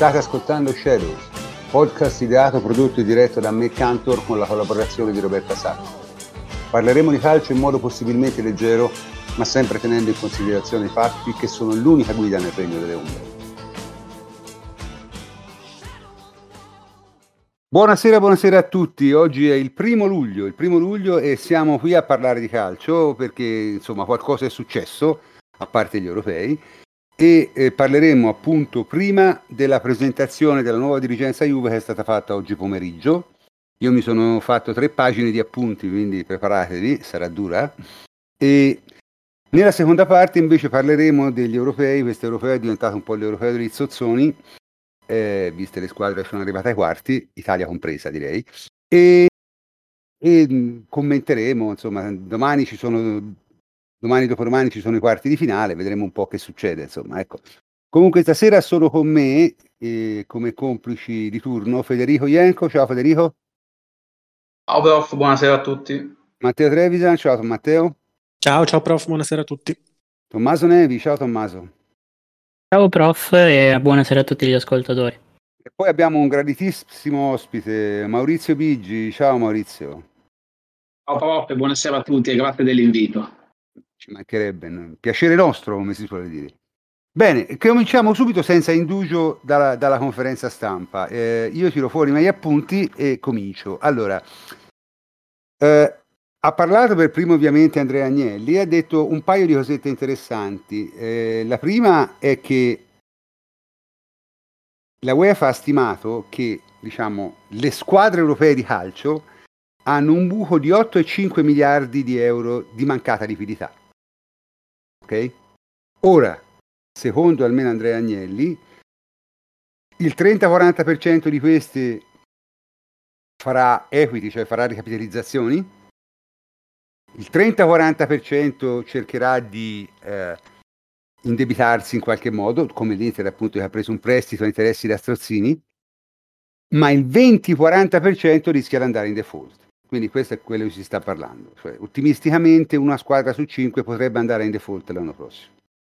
State ascoltando Shadows, podcast ideato, prodotto e diretto da me, Cantor, con la collaborazione di Roberta Sacco. Parleremo di calcio in modo possibilmente leggero, ma sempre tenendo in considerazione i fatti che sono l'unica guida nel regno delle ombre. Buonasera a tutti. Oggi è il primo luglio e siamo qui a parlare di calcio perché insomma qualcosa è successo, a parte gli europei, e parleremo appunto prima della presentazione della nuova dirigenza Juve che è stata fatta oggi pomeriggio. Io mi sono fatto 3 pagine di appunti, quindi preparatevi, sarà dura. E nella seconda parte invece parleremo degli europei. Questo europeo è diventato un po' l'europeo degli zozzoni, viste le squadre che sono arrivate ai quarti, Italia compresa direi, e commenteremo, insomma, domani dopodomani ci sono i quarti di finale, vedremo un po' che succede, insomma, ecco. Comunque stasera sono con me, come complici di turno, Federico Ienco. Ciao Federico. Ciao prof, buonasera a tutti. Matteo Trevisan. Ciao Matteo. Ciao prof, buonasera a tutti. Tommaso Nevi. Ciao Tommaso. Ciao prof e buonasera a tutti gli ascoltatori. E poi abbiamo un graditissimo ospite, Maurizio Bigi. Ciao Maurizio. Ciao prof, buonasera a tutti e grazie dell'invito. Ci mancherebbe, piacere nostro, come si suole dire. Bene, cominciamo subito senza indugio dalla conferenza stampa. Io tiro fuori i miei appunti e comincio. Allora, ha parlato per primo ovviamente Andrea Agnelli e ha detto un paio di cosette interessanti. La prima è che la UEFA ha stimato che, diciamo, le squadre europee di calcio hanno un buco di 8,5 miliardi di euro di mancata liquidità. Ok? Ora, secondo almeno Andrea Agnelli, il 30-40% di questi farà equity, cioè farà ricapitalizzazioni, il 30-40% cercherà di indebitarsi in qualche modo, come l'Inter appunto che ha preso un prestito a interessi da strozzini, ma il 20-40% rischia di andare in default. Quindi questo è quello che si sta parlando. Cioè, ottimisticamente una squadra su 5 potrebbe andare in default l'anno prossimo.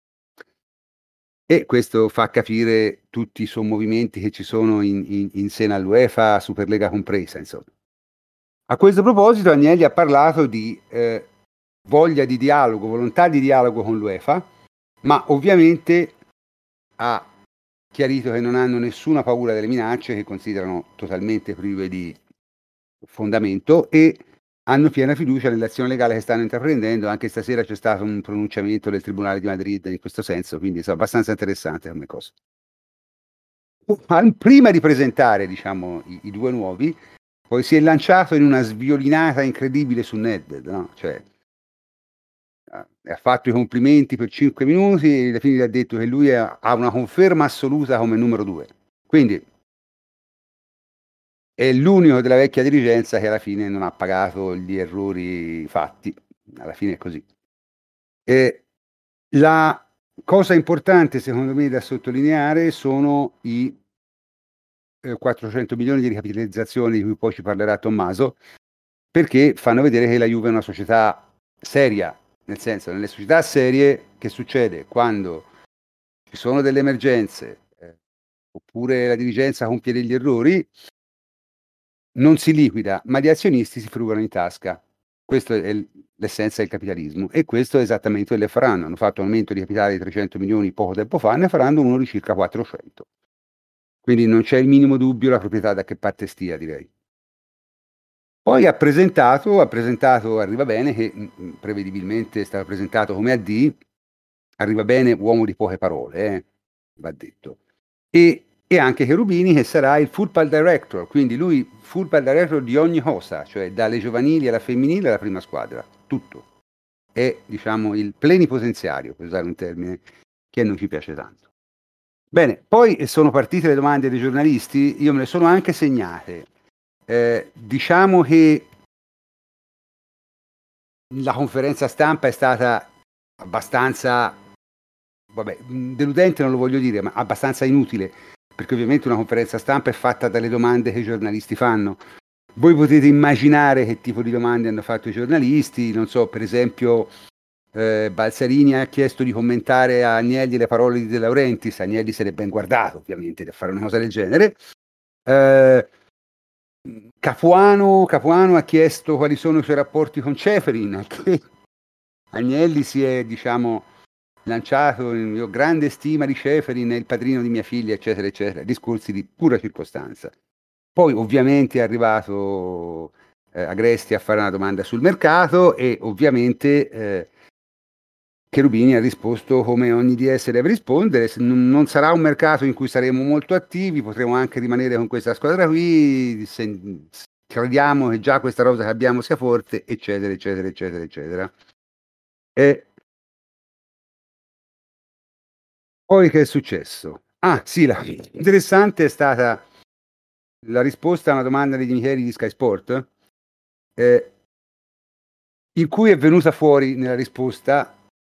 E questo fa capire tutti i sommovimenti che ci sono in seno all'UEFA, Superlega compresa, insomma. A questo proposito Agnelli ha parlato di voglia di dialogo, volontà di dialogo con l'UEFA, ma ovviamente ha chiarito che non hanno nessuna paura delle minacce, che considerano totalmente prive di fondamento, e hanno piena fiducia nell'azione legale che stanno intraprendendo. Anche stasera c'è stato un pronunciamento del Tribunale di Madrid in questo senso, quindi è abbastanza interessante come cosa. Prima di presentare, diciamo, i due nuovi, poi si è lanciato in una sviolinata incredibile su Nedved, no? Cioè, ha fatto i complimenti per 5 minuti e alla fine gli ha detto che lui ha una conferma assoluta come numero 2. Quindi è l'unico della vecchia dirigenza che alla fine non ha pagato gli errori fatti. Alla fine è così. La cosa importante secondo me da sottolineare sono i 400 milioni di ricapitalizzazioni di cui poi ci parlerà Tommaso, perché fanno vedere che la Juve è una società seria, nel senso, nelle società serie che succede quando ci sono delle emergenze oppure la dirigenza compie degli errori, non si liquida, ma gli azionisti si frugano in tasca. Questa è l'essenza del capitalismo e questo è esattamente quello che faranno. Hanno fatto un aumento di capitale di 300 milioni poco tempo fa, ne faranno uno di circa 400. Quindi non c'è il minimo dubbio la proprietà da che parte stia, direi. Poi ha presentato, arriva bene, che prevedibilmente è stato presentato come AD, arriva bene, uomo di poche parole, va detto. E anche Cherubini, che sarà il football director, quindi lui football director di ogni cosa, cioè dalle giovanili alla femminile alla prima squadra, tutto. È, diciamo, il plenipotenziario, per usare un termine che a noi ci piace tanto. Bene, poi sono partite le domande dei giornalisti, io me le sono anche segnate. Diciamo che la conferenza stampa è stata abbastanza, deludente non lo voglio dire, ma abbastanza inutile, perché ovviamente una conferenza stampa è fatta dalle domande che i giornalisti fanno. Voi potete immaginare che tipo di domande hanno fatto i giornalisti, non so, per esempio Balzarini ha chiesto di commentare a Agnelli le parole di De Laurentiis. Agnelli se l'è ben guardato, ovviamente, da fare una cosa del genere. Capuano ha chiesto quali sono i suoi rapporti con Ceferin, che Agnelli si è, diciamo, lanciato io ho grande stima di Ceferin, è il padrino di mia figlia, eccetera, eccetera, discorsi di pura circostanza. Poi ovviamente è arrivato Agresti a fare una domanda sul mercato e ovviamente Cherubini ha risposto come ogni DS deve rispondere: non sarà un mercato in cui saremo molto attivi, potremo anche rimanere con questa squadra qui, crediamo che già questa rosa che abbiamo sia forte, eccetera, eccetera, eccetera, eccetera. E poi che è successo? Ah sì, interessante è stata la risposta a una domanda di Micheli di Sky Sport, in cui è venuta fuori nella risposta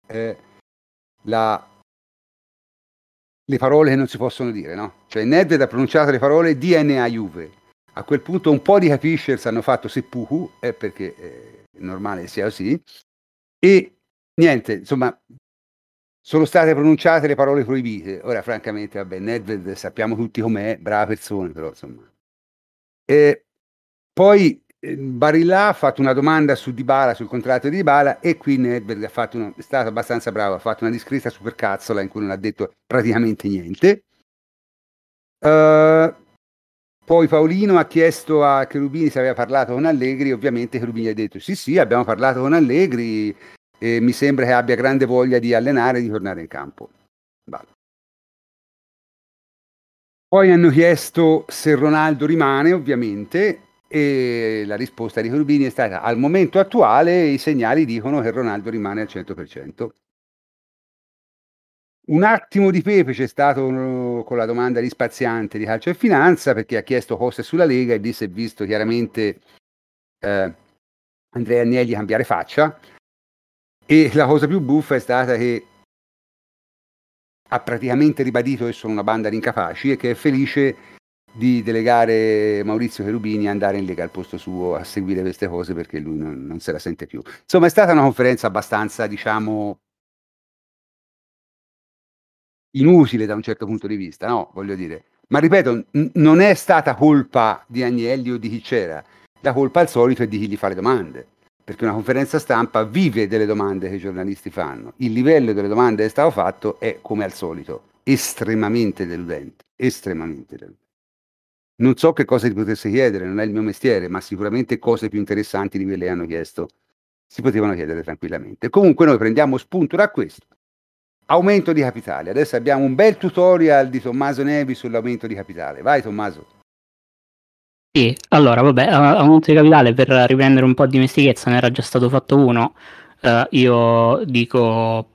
le parole che non si possono dire, no? Cioè Nedved ha pronunciato le parole DNA Juve. A quel punto un po' di capishers hanno fatto seppuku, perché è normale sia così, e niente, insomma, sono state pronunciate le parole proibite. Ora, francamente, vabbè, Nedved sappiamo tutti com'è, brava persona, però insomma. E poi Barilla ha fatto una domanda su Dybala, sul contratto di Dybala, e qui Nedved è stato abbastanza bravo, ha fatto una discreta supercazzola in cui non ha detto praticamente niente. Poi Paolino ha chiesto a Cherubini se aveva parlato con Allegri, ovviamente Cherubini ha detto sì, abbiamo parlato con Allegri e mi sembra che abbia grande voglia di allenare e di tornare in campo. Vale. Poi hanno chiesto se Ronaldo rimane, ovviamente, e la risposta di Cherubini è stata: al momento attuale i segnali dicono che Ronaldo rimane al 100%. Un attimo di pepe c'è stato con la domanda di Spaziante di Calcio e Finanza, perché ha chiesto cose sulla Lega e lì si è visto chiaramente Andrea Agnelli cambiare faccia, e la cosa più buffa è stata che ha praticamente ribadito che sono una banda di incapaci e che è felice di delegare Maurizio Cherubini a andare in Lega al posto suo a seguire queste cose, perché lui non se la sente più. Insomma, è stata una conferenza abbastanza, diciamo, inutile da un certo punto di vista, no? Voglio dire. Ma ripeto, non è stata colpa di Agnelli o di chi c'era, la colpa al solito è di chi gli fa le domande, perché una conferenza stampa vive delle domande che i giornalisti fanno. Il livello delle domande che è stato fatto è, come al solito, estremamente deludente, estremamente deludente. Non so che cosa ti potesse chiedere, non è il mio mestiere, ma sicuramente cose più interessanti di quelle che hanno chiesto si potevano chiedere tranquillamente. Comunque noi prendiamo spunto da questo. Aumento di capitale. Adesso abbiamo un bel tutorial di Tommaso Nevi sull'aumento di capitale. Vai Tommaso. Sì, allora, vabbè, aumento di capitale, per riprendere un po' di dimestichezza, ne era già stato fatto uno. Io dico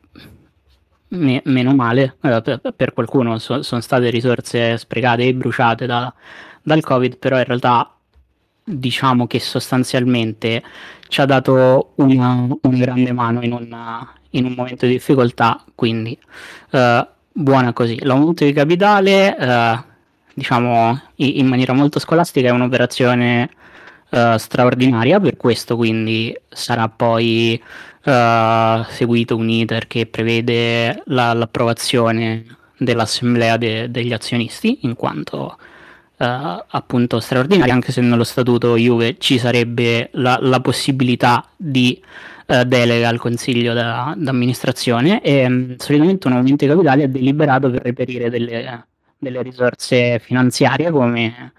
meno male, per qualcuno sono state risorse sprecate e bruciate dal Covid, però in realtà diciamo che sostanzialmente ci ha dato una grande mano in un momento di difficoltà, quindi buona così. L'aumento di capitale, diciamo in maniera molto scolastica, è un'operazione straordinaria, per questo quindi sarà poi seguito un iter che prevede l'approvazione dell'assemblea degli azionisti, in quanto appunto straordinaria, anche se nello statuto Juve ci sarebbe la possibilità di delega al consiglio d'amministrazione, e solitamente un aumento di capitale è deliberato per reperire delle risorse finanziarie, come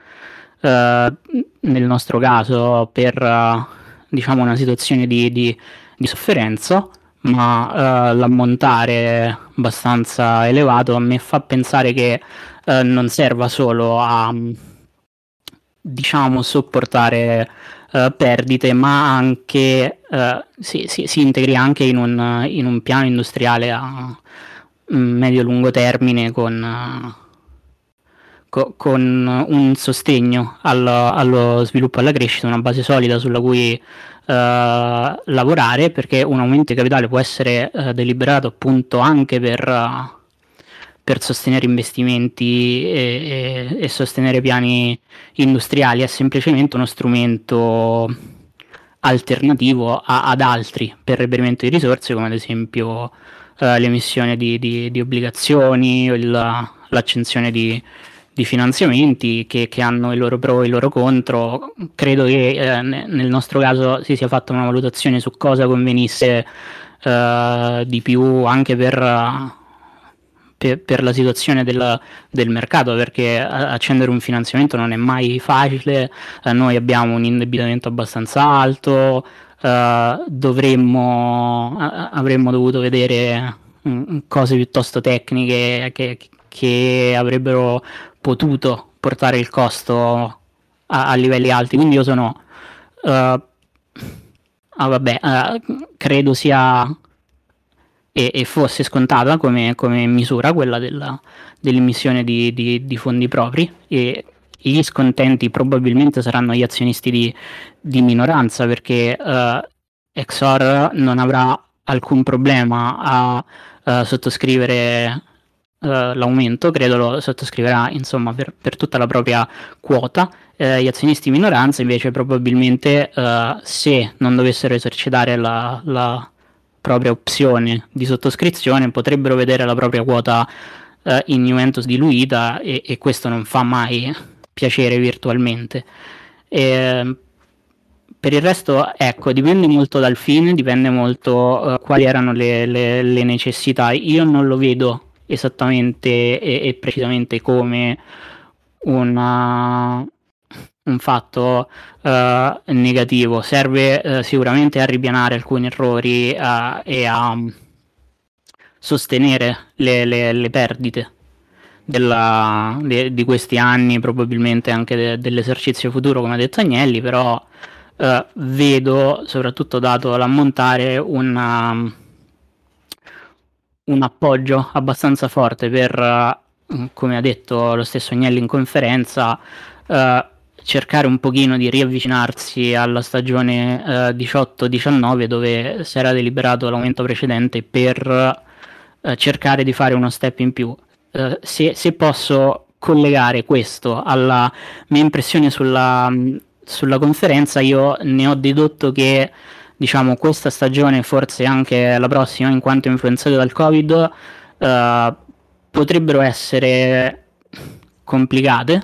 nel nostro caso per diciamo una situazione di sofferenza, ma l'ammontare abbastanza elevato a me fa pensare che non serva solo a diciamo sopportare perdite, ma anche si integri anche in un piano industriale a medio-lungo termine con un sostegno allo sviluppo e alla crescita, una base solida sulla cui lavorare, perché un aumento di capitale può essere deliberato appunto anche per sostenere investimenti e sostenere piani industriali, è semplicemente uno strumento alternativo ad altri per reperimento di risorse, come ad esempio l'emissione di obbligazioni, l'accensione di finanziamenti che hanno i loro pro e i loro contro. Credo che nel nostro caso si sia fatta una valutazione su cosa convenisse di più anche per la situazione del mercato, perché accendere un finanziamento non è mai facile. Noi abbiamo un indebitamento abbastanza alto, avremmo dovuto vedere cose piuttosto tecniche che avrebbero potuto portare il costo a livelli alti, quindi io sono credo sia e fosse scontata come misura quella dell'emissione di fondi propri, e gli scontenti probabilmente saranno gli azionisti di minoranza, perché Exor non avrà alcun problema a sottoscrivere l'aumento, credo lo sottoscriverà insomma per tutta la propria quota. Gli azionisti di minoranza invece probabilmente se non dovessero esercitare la propria opzione di sottoscrizione potrebbero vedere la propria quota in Juventus diluita, e questo non fa mai piacere virtualmente. Per il resto, ecco, dipende molto dal fine, dipende molto quali erano le necessità. Io non lo vedo esattamente e precisamente come un fatto negativo. Serve sicuramente a ripianare alcuni errori e a sostenere le perdite di questi anni, probabilmente anche dell'esercizio futuro, come ha detto Agnelli, però vedo, soprattutto dato l'ammontare, un appoggio abbastanza forte per, come ha detto lo stesso Agnelli in conferenza, cercare un pochino di riavvicinarsi alla stagione 18-19, dove si era deliberato l'aumento precedente, per cercare di fare uno step in più. Se posso collegare questo alla mia impressione sulla conferenza, io ne ho dedotto che, diciamo, questa stagione, forse anche la prossima, in quanto influenzate dal Covid, potrebbero essere complicate,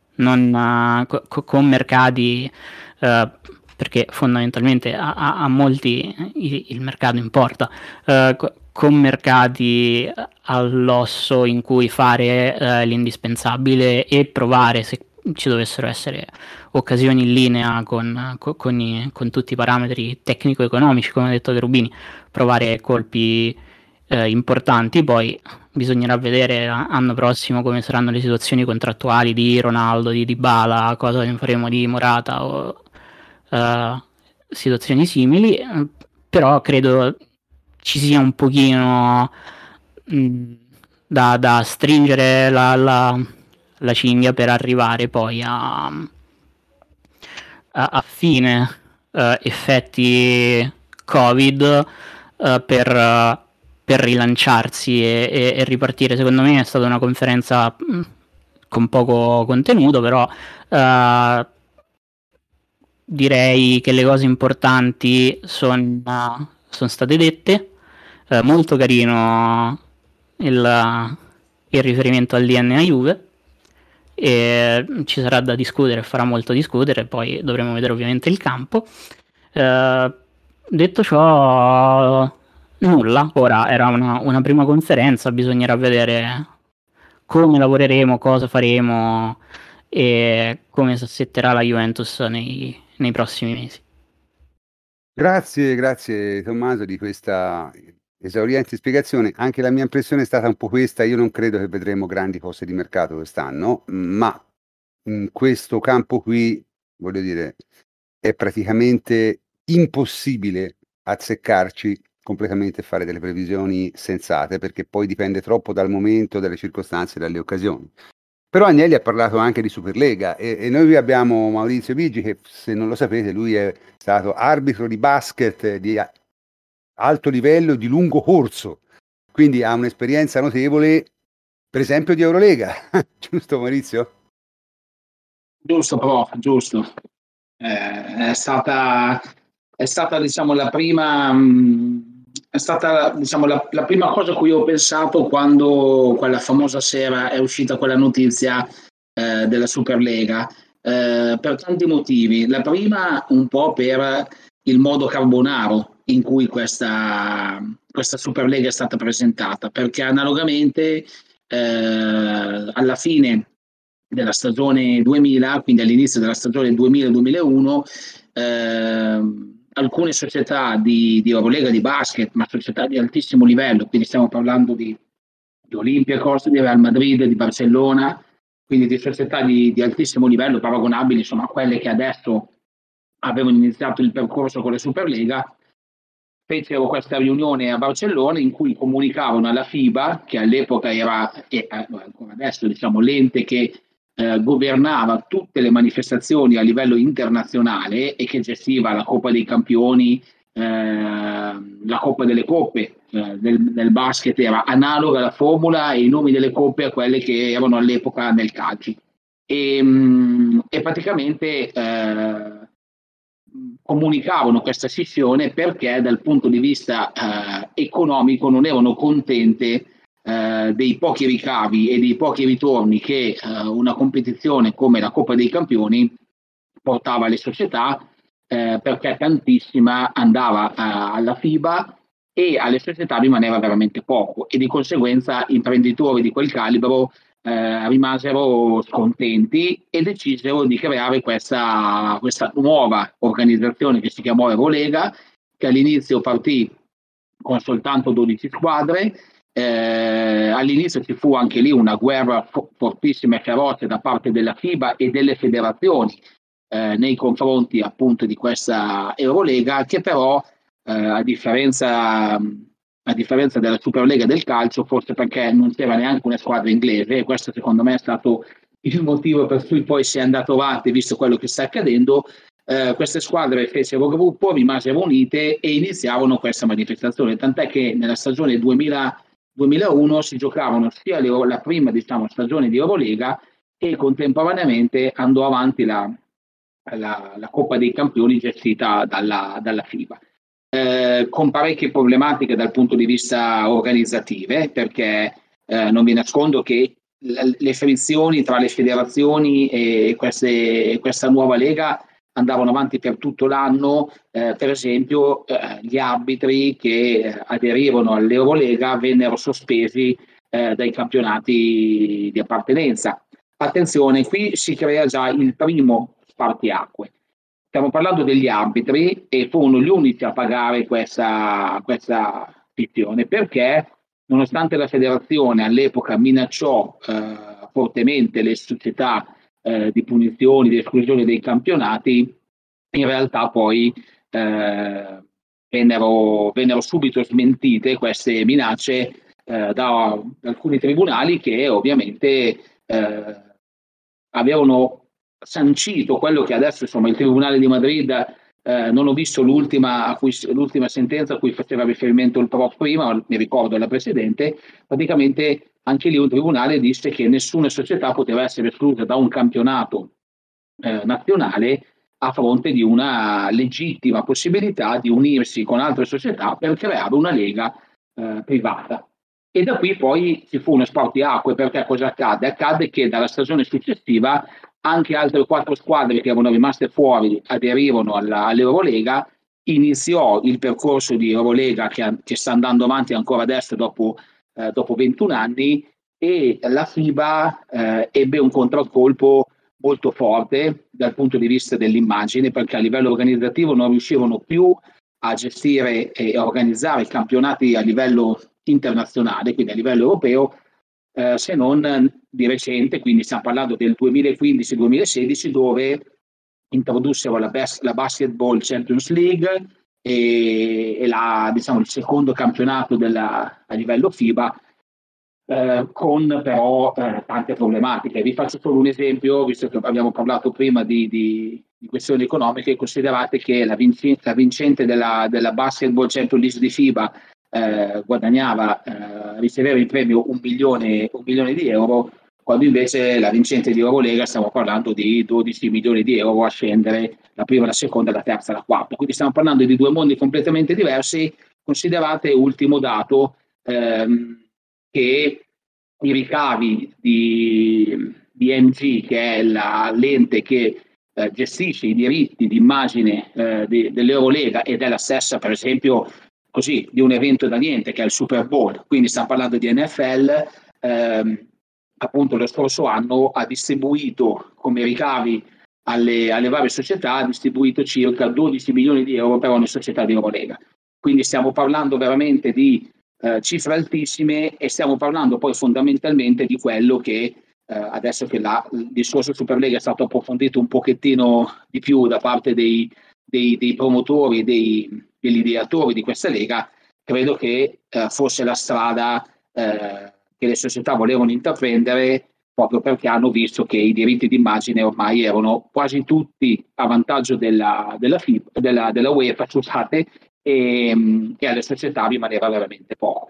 con mercati, perché fondamentalmente a molti il mercato importa, con mercati all'osso in cui fare l'indispensabile e provare, se ci dovessero essere occasioni in linea con tutti i parametri tecnico-economici, come ha detto De Rubini, provare colpi importanti. Poi bisognerà vedere l'anno prossimo come saranno le situazioni contrattuali di Ronaldo, di Dybala, cosa ne faremo di Morata o situazioni simili, però credo ci sia un pochino da stringere la cinghia per arrivare poi a fine effetti Covid, per rilanciarsi e ripartire. Secondo me è stata una conferenza con poco contenuto, però direi che le cose importanti sono state dette. Molto carino il riferimento al DNA Juve, e ci sarà da discutere, farà molto discutere, poi dovremo vedere ovviamente il campo. Detto ciò, nulla, ora era una prima conferenza, bisognerà vedere come lavoreremo, cosa faremo e come si assetterà la Juventus nei prossimi mesi. Grazie Tommaso di questa esauriente spiegazione. Anche la mia impressione è stata un po' questa. Io non credo che vedremo grandi poste di mercato quest'anno, ma in questo campo qui, voglio dire, è praticamente impossibile azzeccarci completamente e fare delle previsioni sensate, perché poi dipende troppo dal momento, dalle circostanze, dalle occasioni. Però Agnelli ha parlato anche di Superlega, e noi qui abbiamo Maurizio Bigi, che, se non lo sapete, lui è stato arbitro di basket di alto livello, di lungo corso, quindi ha un'esperienza notevole, per esempio di Eurolega. Giusto Maurizio? Giusto, prof, giusto. È stata è stata, diciamo, la prima la prima cosa a cui ho pensato quando quella famosa sera è uscita quella notizia della Superlega, per tanti motivi. La prima un po' per il modo carbonaro in cui questa Superlega è stata presentata, perché analogamente alla fine della stagione 2000, quindi all'inizio della stagione 2000-2001, alcune società di Eurolega di basket, ma società di altissimo livello, quindi stiamo parlando di Olympiacos, di Real Madrid, di Barcellona, quindi di società di altissimo livello, paragonabili insomma a quelle che adesso avevano iniziato il percorso con la Superlega, fecero questa riunione a Barcellona in cui comunicavano alla FIBA, che all'epoca era, e ancora adesso, diciamo, l'ente che governava tutte le manifestazioni a livello internazionale e che gestiva la Coppa dei Campioni, la Coppa delle Coppe nel basket, era analoga la formula e i nomi delle coppe a quelle che erano all'epoca nel calcio. E praticamente comunicavano questa scissione perché dal punto di vista economico non erano contente dei pochi ricavi e dei pochi ritorni che una competizione come la Coppa dei Campioni portava alle società, perché tantissima andava alla FIBA e alle società rimaneva veramente poco, e di conseguenza imprenditori di quel calibro rimasero scontenti e decisero di creare questa nuova organizzazione che si chiamò Eurolega, che all'inizio partì con soltanto 12 squadre. All'inizio ci fu anche lì una guerra fortissima e feroce da parte della FIBA e delle federazioni nei confronti appunto di questa Eurolega, che però a differenza della Superlega del calcio, forse perché non c'era neanche una squadra inglese, e questo secondo me è stato il motivo per cui poi si è andato avanti, visto quello che sta accadendo. Queste squadre fecero gruppo, rimasero unite e iniziarono questa manifestazione, tant'è che nella stagione 2001 si giocavano sia la prima, diciamo, stagione di Eurolega, e contemporaneamente andò avanti la Coppa dei Campioni gestita dalla FIBA. Con parecchie problematiche dal punto di vista organizzative, perché non vi nascondo che le frizioni tra le federazioni e questa nuova lega andavano avanti per tutto l'anno. Per esempio gli arbitri che aderivano all'Eurolega vennero sospesi dai campionati di appartenenza. Attenzione, qui si crea già il primo spartiacque. Stiamo parlando degli arbitri, e furono gli unici a pagare questa fizione, perché nonostante la federazione all'epoca minacciò fortemente le società di punizioni, di esclusione dei campionati, in realtà poi vennero subito smentite queste minacce da alcuni tribunali che ovviamente avevano sancito quello che adesso, insomma, il Tribunale di Madrid, non ho visto l'ultima sentenza a cui faceva riferimento il prof prima, mi ricordo la precedente. Praticamente anche lì un tribunale disse che nessuna società poteva essere esclusa da un campionato nazionale a fronte di una legittima possibilità di unirsi con altre società per creare una lega privata. E da qui poi ci fu uno spartiacque, perché cosa accadde? Accadde che dalla stagione successiva anche altre 4 squadre che erano rimaste fuori aderirono all'Eurolega. Iniziò il percorso di Eurolega che sta andando avanti ancora adesso dopo 21 anni, e la FIBA ebbe un contraccolpo molto forte dal punto di vista dell'immagine, perché a livello organizzativo non riuscivano più a gestire e organizzare i campionati a livello internazionale, quindi a livello europeo, se non di recente, quindi stiamo parlando del 2015-2016, dove introdussero la Basketball Champions League e diciamo, il secondo campionato a livello FIBA, con però tante problematiche. Vi faccio solo un esempio, visto che abbiamo parlato prima di questioni economiche. Considerate che la vincente della Basketball Champions League di FIBA riceveva in premio 1 milione di euro, quando invece la vincente di Eurolega stiamo parlando di 12 milioni di euro a scendere la prima, la seconda, la terza, la quarta. Quindi stiamo parlando di due mondi completamente diversi. Considerate, ultimo dato, che i ricavi di MG, che è l'ente che gestisce i diritti di immagine dell'Eurolega ed è la stessa, per esempio, così, di un evento da niente che è il Super Bowl, quindi stiamo parlando di NFL, appunto lo scorso anno ha distribuito come ricavi alle varie società, ha distribuito circa 12 milioni di euro per ogni società di Eurolega. Quindi stiamo parlando veramente di cifre altissime e stiamo parlando poi fondamentalmente di quello che adesso che il discorso Superlega è stato approfondito un pochettino di più da parte dei promotori, degli ideatori di questa lega, credo che fosse la strada che le società volevano intraprendere, proprio perché hanno visto che i diritti d'immagine ormai erano quasi tutti a vantaggio della UEFA, scusate, e alle società rimaneva veramente poco.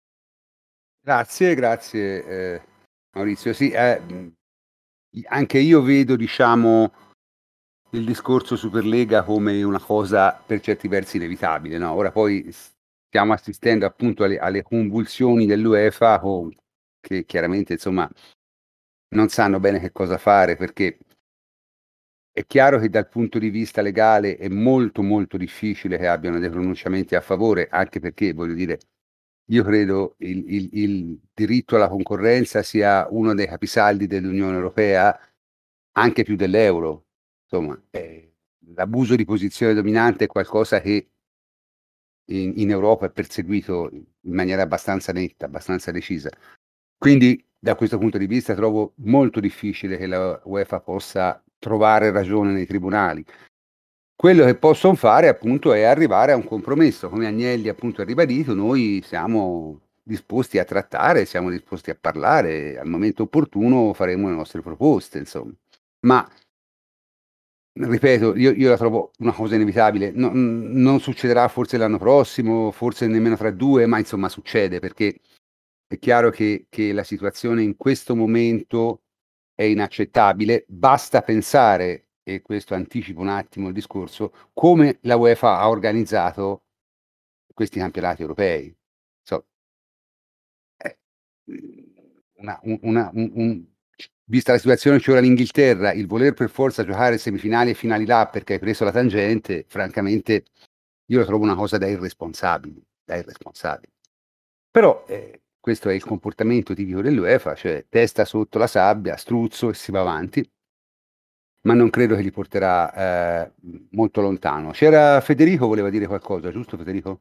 Grazie Maurizio. Sì, anche io vedo, diciamo, il discorso Superlega come una cosa per certi versi inevitabile, no? Ora poi stiamo assistendo appunto alle convulsioni dell'UEFA, che chiaramente, insomma, non sanno bene che cosa fare, perché è chiaro che dal punto di vista legale è molto molto difficile che abbiano dei pronunciamenti a favore, anche perché, voglio dire, io credo il diritto alla concorrenza sia uno dei capisaldi dell'Unione Europea, anche più dell'euro. Insomma, l'abuso di posizione dominante è qualcosa che in Europa è perseguito in maniera abbastanza netta, abbastanza decisa. Quindi, da questo punto di vista, trovo molto difficile che la UEFA possa trovare ragione nei tribunali. Quello che possono fare, appunto, è arrivare a un compromesso. Come Agnelli, appunto, ha ribadito, noi siamo disposti a trattare, siamo disposti a parlare, al momento opportuno faremo le nostre proposte, insomma. Ma, ripeto, io la trovo una cosa inevitabile. Non succederà forse l'anno prossimo, forse nemmeno tra 2, ma insomma succede, perché è chiaro che la situazione in questo momento è inaccettabile. Basta pensare, e questo anticipa un attimo il discorso, come la UEFA ha organizzato questi campionati europei. Vista la situazione che ora l'Inghilterra, il voler per forza giocare semifinali e finali là perché hai preso la tangente, francamente io lo trovo una cosa da irresponsabili. Però questo è il comportamento tipico dell'UEFA, cioè testa sotto la sabbia, struzzo e si va avanti, ma non credo che li porterà molto lontano. C'era Federico, voleva dire qualcosa, giusto Federico?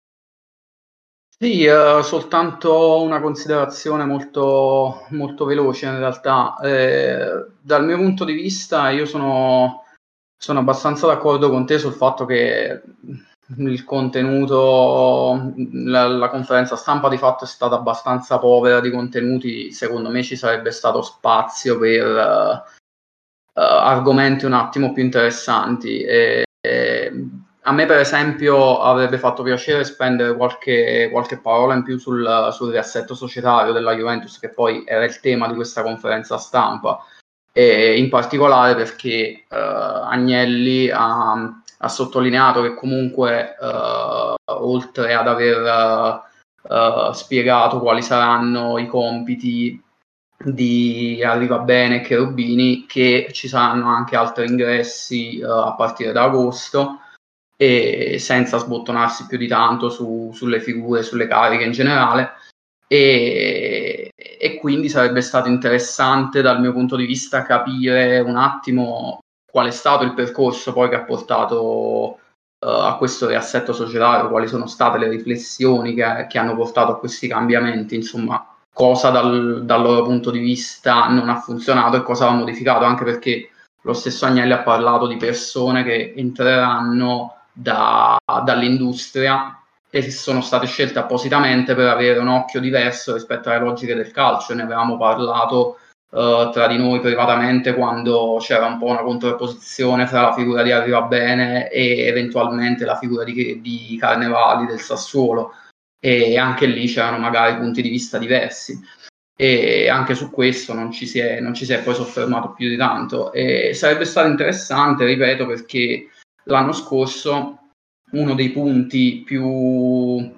Sì, soltanto una considerazione molto, molto veloce in realtà. Dal mio punto di vista io sono abbastanza d'accordo con te sul fatto che il contenuto, la conferenza stampa di fatto è stata abbastanza povera di contenuti. Secondo me ci sarebbe stato spazio per argomenti un attimo più interessanti. A me per esempio avrebbe fatto piacere spendere qualche parola in più sul riassetto societario della Juventus, che poi era il tema di questa conferenza stampa, e in particolare perché Agnelli ha sottolineato che comunque oltre ad aver spiegato quali saranno i compiti di Arrivabene e Cherubini, che ci saranno anche altri ingressi a partire da agosto, e senza sbottonarsi più di tanto sulle figure, sulle cariche in generale, e quindi sarebbe stato interessante dal mio punto di vista capire un attimo qual è stato il percorso poi che ha portato a questo riassetto societario, quali sono state le riflessioni che hanno portato a questi cambiamenti, insomma cosa dal loro punto di vista non ha funzionato e cosa va modificato, anche perché lo stesso Agnelli ha parlato di persone che entreranno dall'industria e sono state scelte appositamente per avere un occhio diverso rispetto alle logiche del calcio. Ne avevamo parlato tra di noi privatamente quando c'era un po' una contrapposizione fra la figura di Arrivabene e eventualmente la figura di Carnevali del Sassuolo, e anche lì c'erano magari punti di vista diversi. e anche su questo non ci si è poi soffermato più di tanto. E sarebbe stato interessante, ripeto, perché l'anno scorso uno dei punti più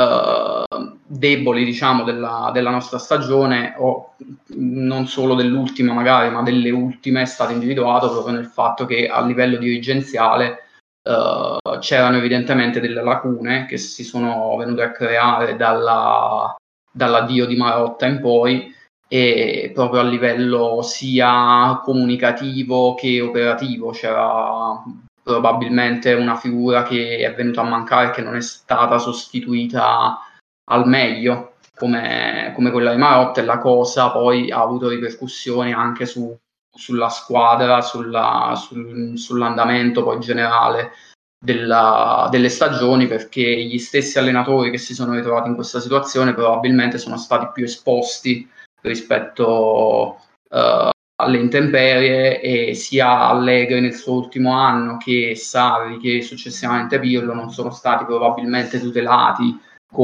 deboli, diciamo, della nostra stagione, o non solo dell'ultima magari, ma delle ultime, è stato individuato proprio nel fatto che a livello dirigenziale c'erano evidentemente delle lacune che si sono venute a creare dall'addio di Marotta in poi, e proprio a livello sia comunicativo che operativo c'era probabilmente una figura che è venuta a mancare, che non è stata sostituita al meglio come quella di Marotta, e la cosa poi ha avuto ripercussioni anche sulla squadra, sull'andamento poi generale delle stagioni, perché gli stessi allenatori che si sono ritrovati in questa situazione probabilmente sono stati più esposti rispetto alle intemperie, e sia Allegri nel suo ultimo anno che Sarri che successivamente Pirlo non sono stati probabilmente tutelati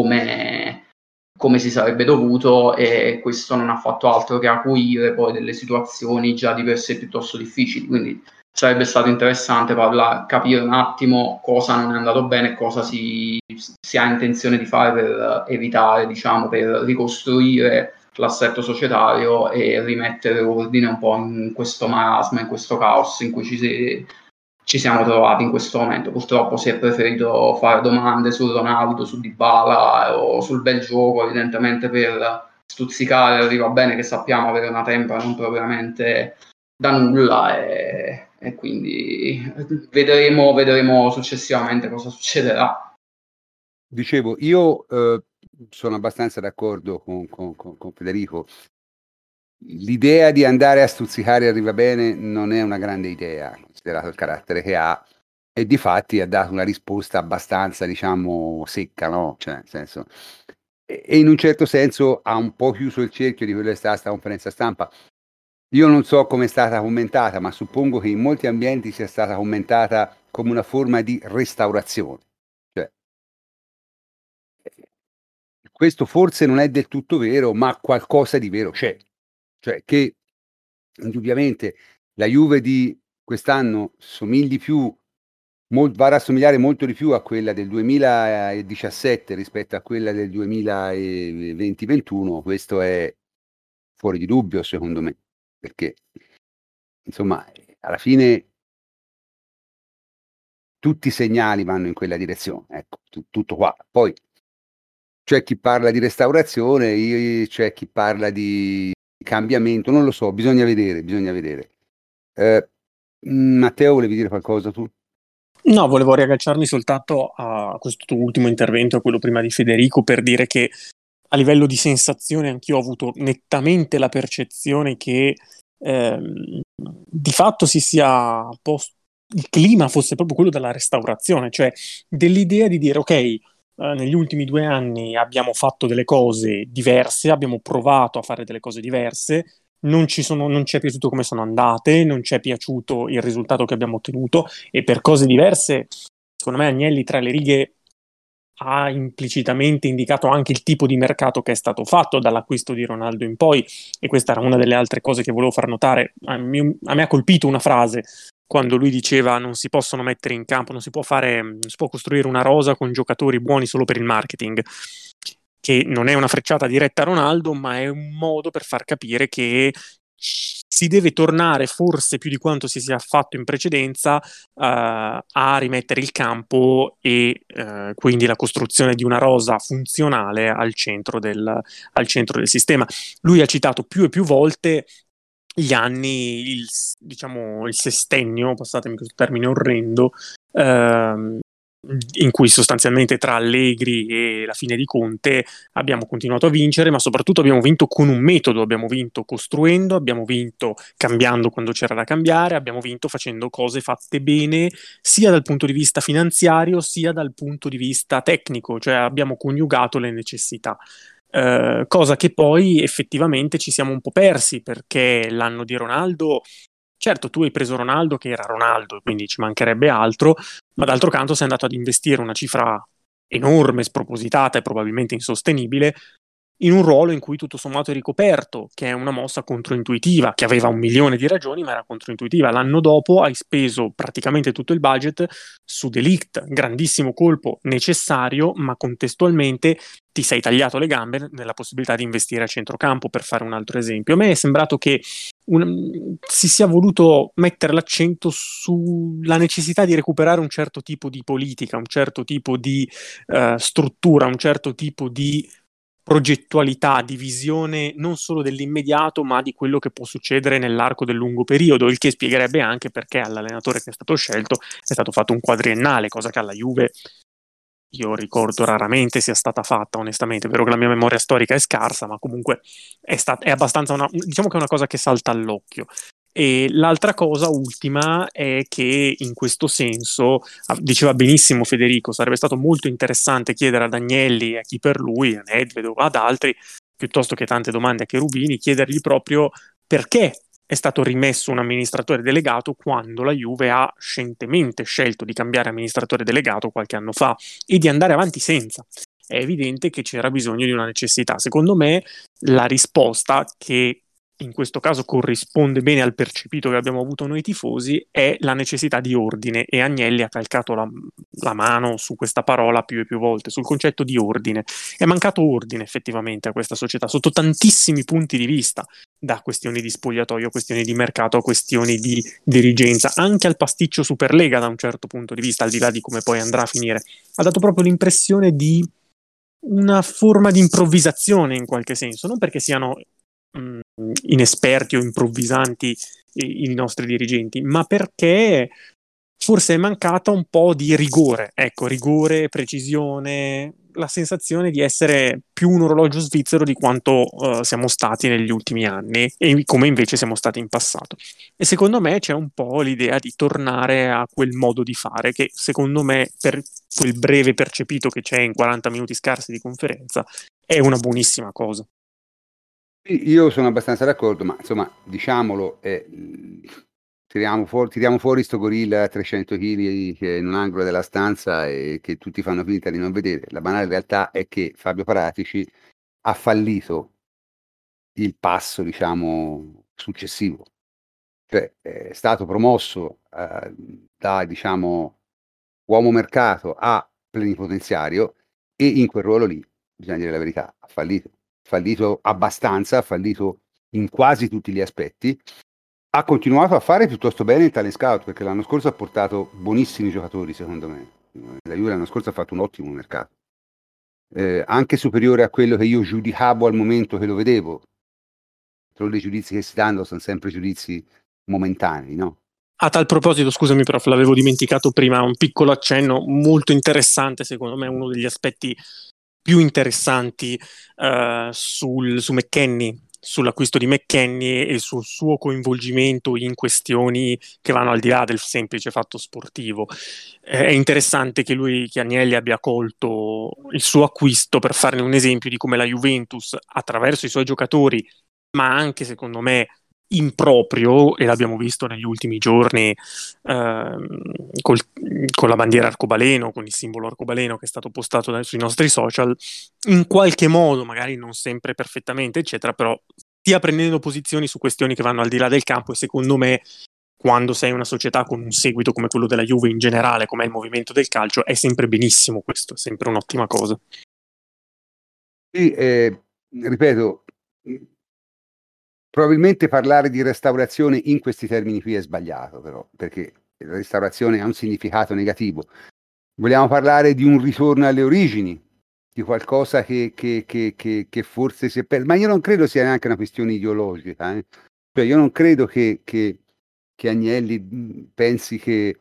come si sarebbe dovuto, e questo non ha fatto altro che acuire poi delle situazioni già di per sé piuttosto difficili. Quindi sarebbe stato interessante capire un attimo cosa non è andato bene e cosa si ha intenzione di fare per evitare, diciamo, per ricostruire l'assetto societario e rimettere ordine un po' in questo marasma, in questo caos in cui ci siamo trovati in questo momento. Purtroppo si è preferito fare domande su Ronaldo, su Dybala o sul bel gioco, evidentemente per stuzzicare. Arriva bene che sappiamo avere una tempra non propriamente da nulla, e quindi vedremo successivamente cosa succederà. Dicevo, io sono abbastanza d'accordo con Federico. L'idea di andare a stuzzicare Arrivabene non è una grande idea, considerato il carattere che ha, e difatti ha dato una risposta abbastanza, diciamo, secca, no? Cioè, nel senso, e in un certo senso ha un po' chiuso il cerchio di quello che è stata questa conferenza stampa. Io non so come è stata commentata, ma suppongo che in molti ambienti sia stata commentata come una forma di restaurazione. Cioè, questo forse non è del tutto vero, ma qualcosa di vero c'è. Cioè che indubbiamente la Juve di quest'anno va ad assomigliare molto di più a quella del 2017 rispetto a quella del 2020-21, questo è fuori di dubbio secondo me, perché insomma alla fine tutti i segnali vanno in quella direzione, ecco, tutto qua. Poi c'è chi parla di restaurazione, c'è chi parla di cambiamento, non lo so, bisogna vedere. Matteo, volevi dire qualcosa tu? No, volevo riagganciarmi soltanto a questo tuo ultimo intervento, a quello prima di Federico, per dire che a livello di sensazione anch'io ho avuto nettamente la percezione che di fatto il clima fosse proprio quello della restaurazione, cioè dell'idea di dire ok, negli ultimi 2 anni abbiamo fatto delle cose diverse, abbiamo provato a fare delle cose diverse, non ci è piaciuto come sono andate, non ci è piaciuto il risultato che abbiamo ottenuto, e per cose diverse, secondo me Agnelli tra le righe ha implicitamente indicato anche il tipo di mercato che è stato fatto dall'acquisto di Ronaldo in poi, e questa era una delle altre cose che volevo far notare. A me ha colpito una frase quando lui diceva non si possono mettere in campo, non si può costruire una rosa con giocatori buoni solo per il marketing, che non è una frecciata diretta a Ronaldo, ma è un modo per far capire che si deve tornare, forse più di quanto si sia fatto in precedenza, a rimettere il campo e quindi la costruzione di una rosa funzionale al centro del sistema. Lui ha citato più e più volte gli anni, il sestennio, passatemi questo termine orrendo, in cui sostanzialmente tra Allegri e la fine di Conte abbiamo continuato a vincere, ma soprattutto abbiamo vinto con un metodo, abbiamo vinto costruendo, abbiamo vinto cambiando quando c'era da cambiare, abbiamo vinto facendo cose fatte bene sia dal punto di vista finanziario sia dal punto di vista tecnico, cioè abbiamo coniugato le necessità. Cosa che poi effettivamente ci siamo un po' persi, perché l'anno di Ronaldo, certo tu hai preso Ronaldo che era Ronaldo, quindi ci mancherebbe altro, ma d'altro canto sei andato ad investire una cifra enorme, spropositata e probabilmente insostenibile in un ruolo in cui tutto sommato è ricoperto, che è una mossa controintuitiva, che aveva 1.000.000 di ragioni, ma era controintuitiva. L'anno dopo hai speso praticamente tutto il budget su De Ligt, grandissimo colpo necessario, ma contestualmente ti sei tagliato le gambe nella possibilità di investire a centrocampo, per fare un altro esempio. A me è sembrato che si sia voluto mettere l'accento sulla necessità di recuperare un certo tipo di politica, un certo tipo di struttura, un certo tipo di progettualità, di visione non solo dell'immediato, ma di quello che può succedere nell'arco del lungo periodo, il che spiegherebbe anche perché all'allenatore che è stato scelto è stato fatto un quadriennale, cosa che alla Juve io ricordo raramente sia stata fatta, onestamente. È vero che la mia memoria storica è scarsa, ma comunque è abbastanza diciamo che è una cosa che salta all'occhio. E l'altra cosa ultima è che in questo senso, diceva benissimo Federico, sarebbe stato molto interessante chiedere ad Agnelli, a chi per lui, a Nedved o ad altri, piuttosto che tante domande a Cherubini, chiedergli proprio perché è stato rimesso un amministratore delegato quando la Juve ha scientemente scelto di cambiare amministratore delegato qualche anno fa e di andare avanti senza. È evidente che c'era bisogno di una necessità. Secondo me la risposta, che in questo caso corrisponde bene al percepito che abbiamo avuto noi tifosi, è la necessità di ordine, e Agnelli ha calcato la mano su questa parola più e più volte, sul concetto di ordine. È mancato ordine effettivamente a questa società sotto tantissimi punti di vista, da questioni di spogliatoio, questioni di mercato, a questioni di dirigenza, anche al pasticcio Superlega da un certo punto di vista, al di là di come poi andrà a finire. Ha dato proprio l'impressione di una forma di improvvisazione in qualche senso, non perché siano inesperti o improvvisanti i nostri dirigenti, ma perché forse è mancata un po' di rigore, ecco, rigore, precisione, la sensazione di essere più un orologio svizzero di quanto siamo stati negli ultimi anni e come invece siamo stati in passato. E secondo me c'è un po' l'idea di tornare a quel modo di fare che, secondo me, per quel breve percepito che c'è in 40 minuti scarsi di conferenza, è una buonissima cosa. Io sono abbastanza d'accordo, ma insomma, diciamolo, tiriamo fuori sto gorilla a 300 kg che è in un angolo della stanza e che tutti fanno finta di non vedere. La banale realtà è che Fabio Paratici ha fallito il passo, diciamo, successivo. Cioè, è stato promosso da, diciamo, uomo mercato a plenipotenziario, e in quel ruolo lì, bisogna dire la verità, ha fallito abbastanza, ha fallito in quasi tutti gli aspetti. Ha continuato a fare piuttosto bene il talent scout, perché l'anno scorso ha portato buonissimi giocatori, secondo me. La Juve l'anno scorso ha fatto un ottimo mercato, anche superiore a quello che io giudicavo al momento che lo vedevo. Solo i giudizi che si danno sono sempre giudizi momentanei, no? A tal proposito, scusami prof, l'avevo dimenticato prima, un piccolo accenno molto interessante, secondo me uno degli aspetti più interessanti su McKennie, sull'acquisto di McKennie e sul suo coinvolgimento in questioni che vanno al di là del semplice fatto sportivo. È interessante che Agnelli abbia colto il suo acquisto per farne un esempio di come la Juventus, attraverso i suoi giocatori, ma anche secondo me in proprio, e l'abbiamo visto negli ultimi giorni con la bandiera arcobaleno, con il simbolo arcobaleno che è stato postato sui nostri social, in qualche modo, magari non sempre perfettamente, eccetera, però stia prendendo posizioni su questioni che vanno al di là del campo, e secondo me quando sei una società con un seguito come quello della Juve in generale, come è il movimento del calcio, è sempre benissimo questo, è sempre un'ottima cosa. Sì, ripeto, probabilmente parlare di restaurazione in questi termini qui è sbagliato, però, perché la restaurazione ha un significato negativo. Vogliamo parlare di un ritorno alle origini, di qualcosa che forse si è perso, ma io non credo sia neanche una questione ideologica. Cioè, io non credo che Agnelli pensi che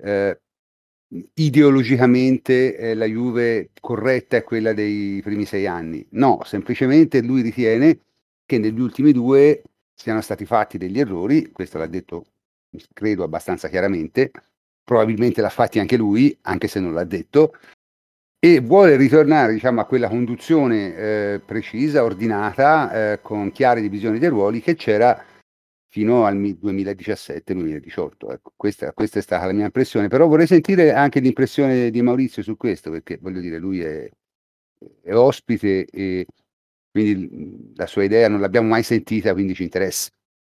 ideologicamente la Juve corretta è quella dei primi 6 anni. No, semplicemente lui ritiene che negli ultimi 2 siano stati fatti degli errori, questo l'ha detto, credo, abbastanza chiaramente, probabilmente l'ha fatti anche lui, anche se non l'ha detto, e vuole ritornare, diciamo, a quella conduzione precisa, ordinata, con chiare divisioni dei ruoli che c'era fino al 2017-2018. Ecco, questa è stata la mia impressione, però vorrei sentire anche l'impressione di Maurizio su questo, perché voglio dire, lui è ospite e quindi la sua idea non l'abbiamo mai sentita, quindi ci interessa.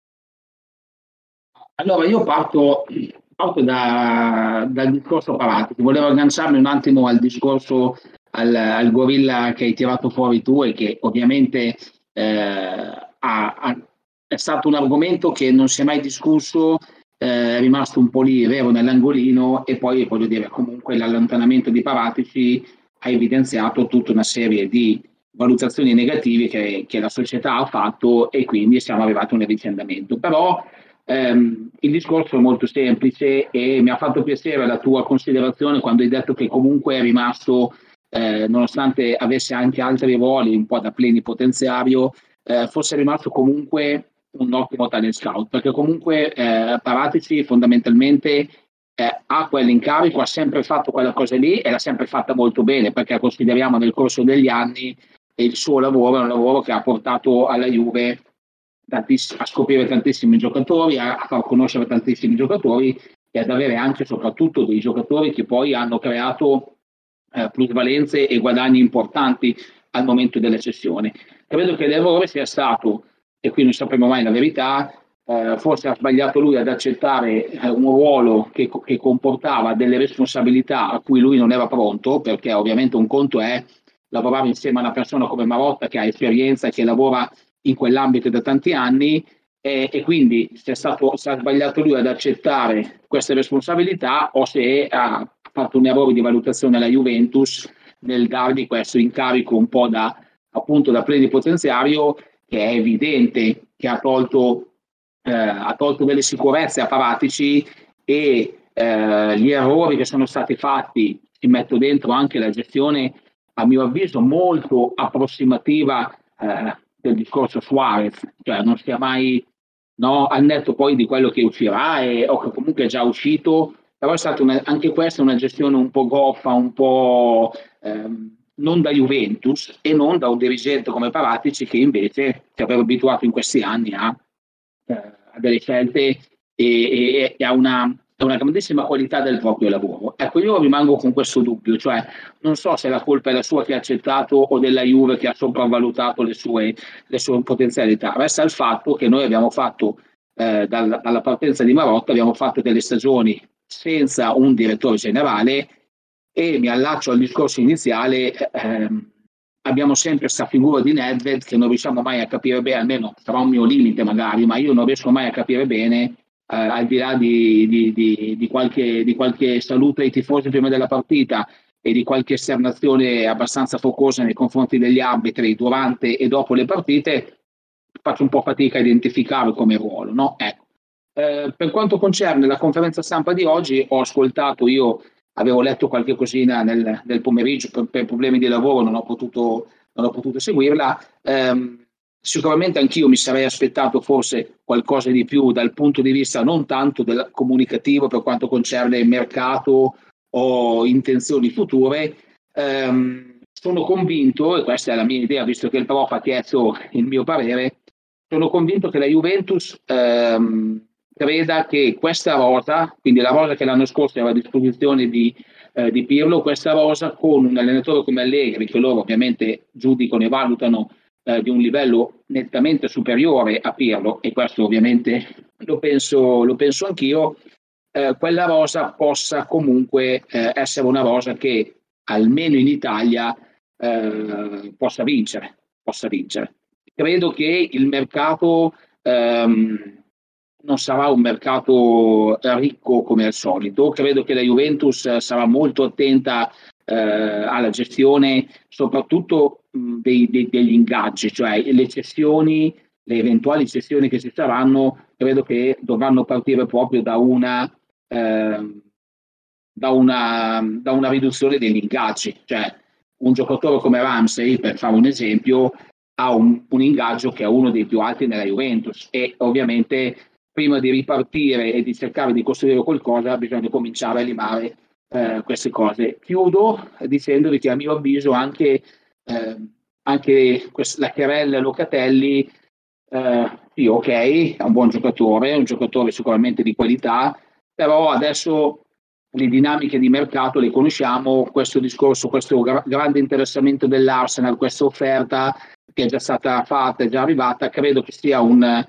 Allora, io parto dal discorso Paratici. Volevo agganciarmi un attimo al discorso, al gorilla che hai tirato fuori tu e che ovviamente è stato un argomento che non si è mai discusso, è rimasto un po' lì, vero, nell'angolino, e poi voglio dire, comunque l'allontanamento di Paratici ha evidenziato tutta una serie di valutazioni negative che la società ha fatto, e quindi siamo arrivati a un avvicendamento. Però il discorso è molto semplice e mi ha fatto piacere la tua considerazione quando hai detto che comunque è rimasto, nonostante avesse anche altri ruoli un po' da plenipotenziario, fosse rimasto comunque un ottimo talent scout, perché comunque Paratici fondamentalmente ha quell'incarico, ha sempre fatto quella cosa lì e l'ha sempre fatta molto bene, perché consideriamo nel corso degli anni il suo lavoro è un lavoro che ha portato alla Juve a scoprire tantissimi giocatori, a far conoscere tantissimi giocatori e ad avere anche e soprattutto dei giocatori che poi hanno creato plusvalenze e guadagni importanti al momento delle cessioni. Credo che l'errore sia stato, e qui non sapremo mai la verità, forse ha sbagliato lui ad accettare un ruolo che comportava delle responsabilità a cui lui non era pronto, perché ovviamente un conto è lavorare insieme a una persona come Marotta che ha esperienza e che lavora in quell'ambito da tanti anni, e quindi se ha sbagliato lui ad accettare queste responsabilità o se ha fatto un errore di valutazione alla Juventus nel dargli questo incarico un po' appunto da plenipotenziario, che è evidente che ha tolto delle sicurezze a Paratici, e gli errori che sono stati fatti, ci metto dentro anche la gestione a mio avviso molto approssimativa del discorso Suarez, cioè non sia mai, no, al netto poi di quello che uscirà o che comunque è già uscito, però è stata anche questa una gestione un po' goffa, un po' non da Juventus e non da un dirigente come Paratici, che invece ci aveva abituato in questi anni a delle scelte e a una grandissima qualità del proprio lavoro. Ecco, io rimango con questo dubbio, cioè non so se la colpa è la sua che ha accettato o della Juve che ha sopravvalutato le sue potenzialità. Resta il fatto che noi abbiamo fatto, dalla partenza di Marotta, abbiamo fatto delle stagioni senza un direttore generale, e mi allaccio al discorso iniziale, abbiamo sempre questa figura di Nedved che non riusciamo mai a capire bene, almeno sarà un mio limite magari, ma io non riesco mai a capire bene, al di là di qualche saluto ai tifosi prima della partita e di qualche esternazione abbastanza focosa nei confronti degli arbitri durante e dopo le partite, faccio un po' fatica a identificarlo come ruolo, no? Ecco. Per quanto concerne la conferenza stampa di oggi, io avevo letto qualche cosina nel pomeriggio, per problemi di lavoro non ho potuto seguirla. Sicuramente anch'io mi sarei aspettato forse qualcosa di più dal punto di vista non tanto del comunicativo per quanto concerne il mercato o intenzioni future. Sono convinto, e questa è la mia idea, visto che il prof ha chiesto il mio parere, sono convinto che la Juventus creda che questa rosa, quindi la rosa che l'anno scorso era a disposizione di Pirlo, questa rosa con un allenatore come Allegri, che loro ovviamente giudicano e valutano di un livello nettamente superiore a Pirlo, e questo ovviamente lo penso anch'io, quella rosa possa comunque essere una rosa che almeno in Italia possa vincere. Credo che il mercato non sarà un mercato ricco come al solito. Credo che la Juventus sarà molto attenta alla gestione, soprattutto degli ingaggi, cioè le cessioni, le eventuali cessioni che ci saranno, credo che dovranno partire proprio da una riduzione degli ingaggi. Cioè, un giocatore come Ramsey, per fare un esempio, ha un ingaggio che è uno dei più alti nella Juventus, e ovviamente prima di ripartire e di cercare di costruire qualcosa bisogna cominciare a limare queste cose. Chiudo dicendovi che a mio avviso anche la Querelle Locatelli, sì, ok, è un buon giocatore, un giocatore sicuramente di qualità, però adesso le dinamiche di mercato le conosciamo, questo discorso, questo grande interessamento dell'Arsenal, questa offerta che è già stata fatta, è già arrivata, credo che sia una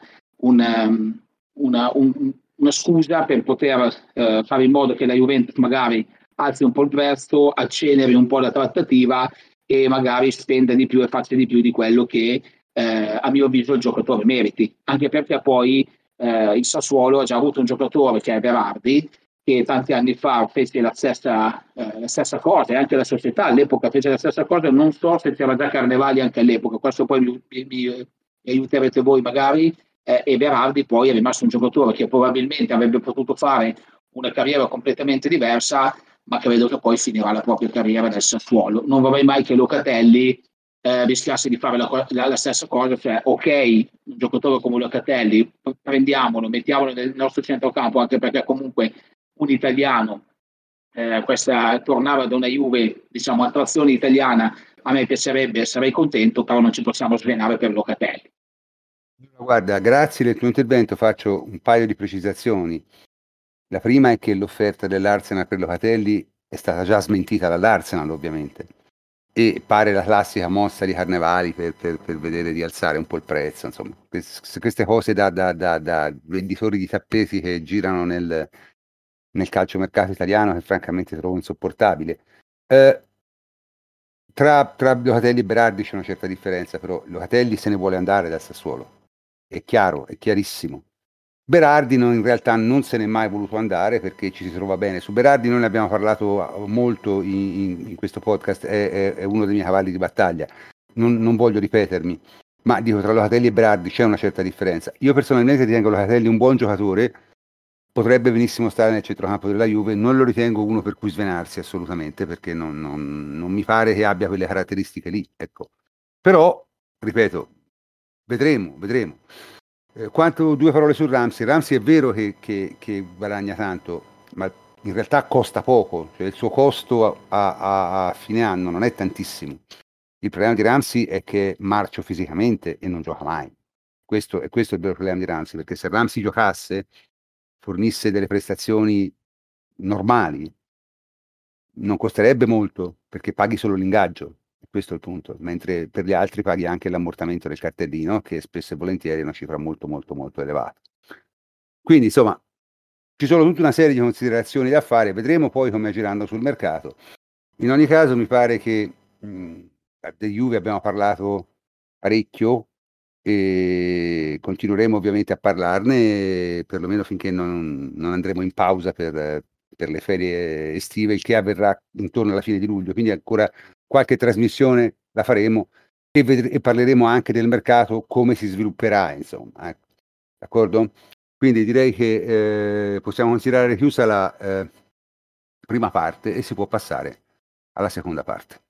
scusa per poter fare in modo che la Juventus magari alzi un po' il prezzo, acceleri un po' la trattativa e magari spenda di più e faccia di più di quello che a mio avviso il giocatore meriti, anche perché poi il Sassuolo ha già avuto un giocatore che è Berardi, che tanti anni fa fece la stessa cosa, e anche la società all'epoca fece la stessa cosa. Non so se c'era già Carnevali anche all'epoca, questo poi mi aiuterete voi magari, e Berardi poi è rimasto un giocatore che probabilmente avrebbe potuto fare una carriera completamente diversa, ma credo che poi finirà la propria carriera nel Sassuolo. Non vorrei mai che Locatelli rischiasse di fare la stessa cosa, cioè ok, un giocatore come Locatelli, prendiamolo, mettiamolo nel nostro centrocampo, anche perché comunque un italiano, questa tornava da una Juve, diciamo, attrazione italiana, a me piacerebbe, sarei contento, però non ci possiamo svenare per Locatelli. Guarda, grazie del tuo intervento, faccio un paio di precisazioni. La prima è che l'offerta dell'Arsenal per Locatelli è stata già smentita dall'Arsenal, ovviamente, e pare la classica mossa di Carnevali per vedere di alzare un po' il prezzo, insomma, queste cose da venditori di tappeti che girano nel calciomercato italiano, che francamente trovo insopportabile. Tra Locatelli e Berardi c'è una certa differenza, però Locatelli se ne vuole andare dal Sassuolo, è chiaro, è chiarissimo. Berardi in realtà non se n'è mai voluto andare perché ci si trova bene. Su Berardi noi ne abbiamo parlato molto in questo podcast, è uno dei miei cavalli di battaglia, non voglio ripetermi, ma dico, tra Locatelli e Berardi c'è una certa differenza. Io personalmente ritengo Locatelli un buon giocatore, potrebbe benissimo stare nel centrocampo della Juve, non lo ritengo uno per cui svenarsi assolutamente, perché non mi pare che abbia quelle caratteristiche lì, ecco. Però, ripeto, vedremo. Quanto due parole su Ramsey. Ramsey è vero che guadagna tanto, ma in realtà costa poco, cioè il suo costo a fine anno non è tantissimo. Il problema di Ramsey è che è marcio fisicamente e non gioca mai. Questo è il vero problema di Ramsey, perché se Ramsey giocasse, fornisse delle prestazioni normali, non costerebbe molto, perché paghi solo l'ingaggio. Questo è il punto, mentre per gli altri paghi anche l'ammortamento del cartellino, che spesso e volentieri è una cifra molto elevata. Quindi insomma ci sono tutta una serie di considerazioni da fare, vedremo poi come agiranno sul mercato. In ogni caso mi pare che di Juve abbiamo parlato parecchio e continueremo ovviamente a parlarne, perlomeno finché non andremo in pausa per le ferie estive, il che avverrà intorno alla fine di luglio, quindi ancora qualche trasmissione la faremo e parleremo anche del mercato, come si svilupperà, insomma. D'accordo? Quindi direi che possiamo considerare chiusa la prima parte e si può passare alla seconda parte.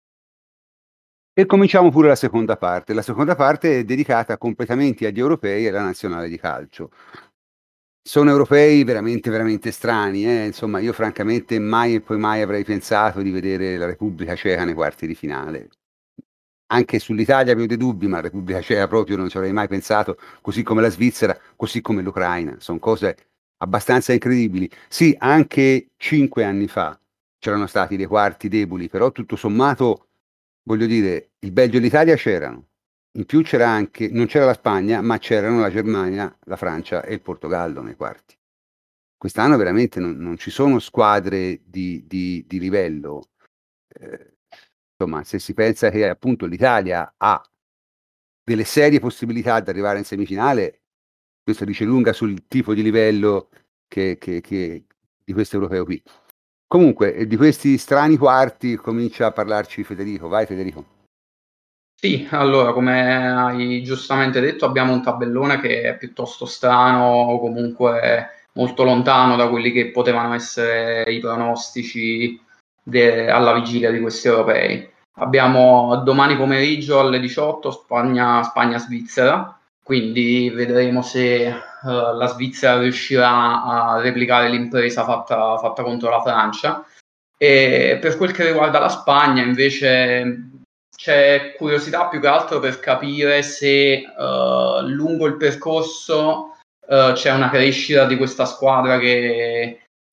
E cominciamo pure la seconda parte. La seconda parte è dedicata completamente agli europei e alla nazionale di calcio. Sono europei veramente strani, insomma, io francamente mai e poi mai avrei pensato di vedere la Repubblica Ceca nei quarti di finale. Anche sull'Italia avevo dei dubbi, ma la Repubblica Ceca proprio non ci avrei mai pensato, così come la Svizzera, così come l'Ucraina. Sono cose abbastanza incredibili. Sì, anche 5 anni fa c'erano stati dei quarti deboli, però tutto sommato, voglio dire, il Belgio e l'Italia c'erano. In più c'era anche, non c'era la Spagna, ma c'erano la Germania, la Francia e il Portogallo nei quarti. Quest'anno veramente non ci sono squadre di livello. Insomma, se si pensa che appunto l'Italia ha delle serie possibilità di arrivare in semifinale, questo dice lunga sul tipo di livello che di questo europeo qui. Comunque, di questi strani quarti comincia a parlarci Federico. Vai Federico. Sì, allora, come hai giustamente detto, abbiamo un tabellone che è piuttosto strano, o comunque molto lontano da quelli che potevano essere i pronostici alla vigilia di questi europei. Abbiamo domani pomeriggio alle 18 Spagna-Svizzera, quindi vedremo se la Svizzera riuscirà a replicare l'impresa fatta contro la Francia. E per quel che riguarda la Spagna, invece, c'è curiosità più che altro per capire se lungo il percorso c'è una crescita di questa squadra che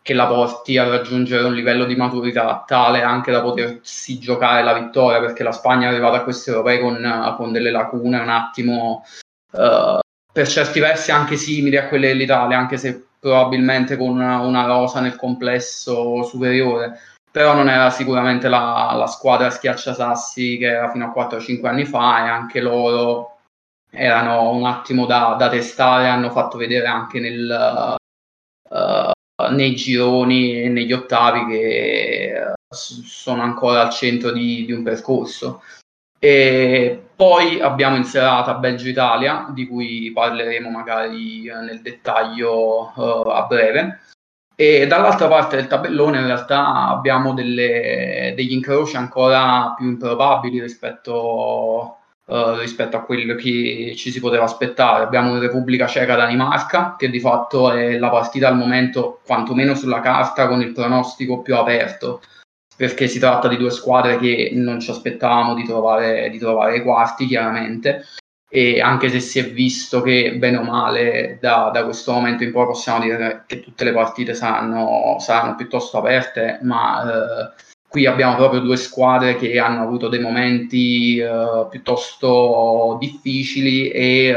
che la porti a raggiungere un livello di maturità tale anche da potersi giocare la vittoria, perché la Spagna è arrivata a questi europei con delle lacune un attimo per certi versi anche simili a quelle dell'Italia, anche se probabilmente con una rosa nel complesso superiore, però non era sicuramente la squadra schiacciasassi che era fino a 4-5 anni fa, e anche loro erano un attimo da testare, hanno fatto vedere anche nei gironi e negli ottavi che sono ancora al centro di un percorso. E poi abbiamo in serata Belgio-Italia, di cui parleremo magari nel dettaglio a breve, e dall'altra parte del tabellone in realtà abbiamo degli incroci ancora più improbabili rispetto a quello che ci si poteva aspettare. Abbiamo una Repubblica Ceca-Danimarca, che di fatto è la partita al momento, quantomeno sulla carta, con il pronostico più aperto, perché si tratta di due squadre che non ci aspettavamo di trovare ai quarti, chiaramente, e anche se si è visto che bene o male da questo momento in poi possiamo dire che tutte le partite saranno piuttosto aperte, ma qui abbiamo proprio due squadre che hanno avuto dei momenti piuttosto difficili e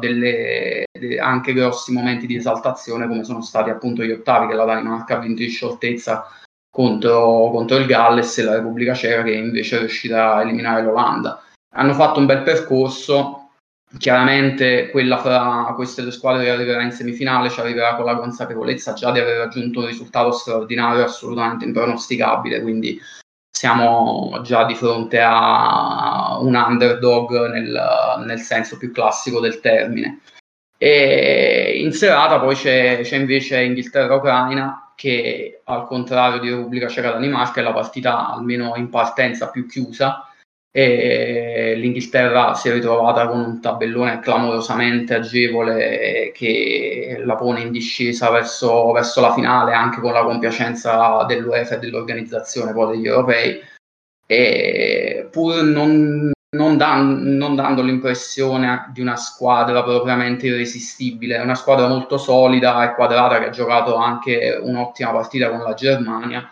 anche grossi momenti di esaltazione, come sono stati appunto gli ottavi, che la Danimarca ha vinto in scioltezza contro il Galles, e la Repubblica Ceca che invece è riuscita a eliminare l'Olanda. Hanno fatto un bel percorso. Chiaramente quella fra queste due squadre che arriverà in semifinale ci arriverà con la consapevolezza già di aver raggiunto un risultato straordinario, assolutamente impronosticabile, quindi siamo già di fronte a un underdog nel senso più classico del termine. E in serata poi c'è invece Inghilterra-Ucraina, che al contrario di Repubblica Ceca-Danimarca è la partita almeno in partenza più chiusa, e l'Inghilterra si è ritrovata con un tabellone clamorosamente agevole che la pone in discesa verso la finale, anche con la compiacenza dell'UEFA e dell'organizzazione poi degli europei, e pur non dando l'impressione di una squadra propriamente irresistibile. È una squadra molto solida e quadrata, che ha giocato anche un'ottima partita con la Germania,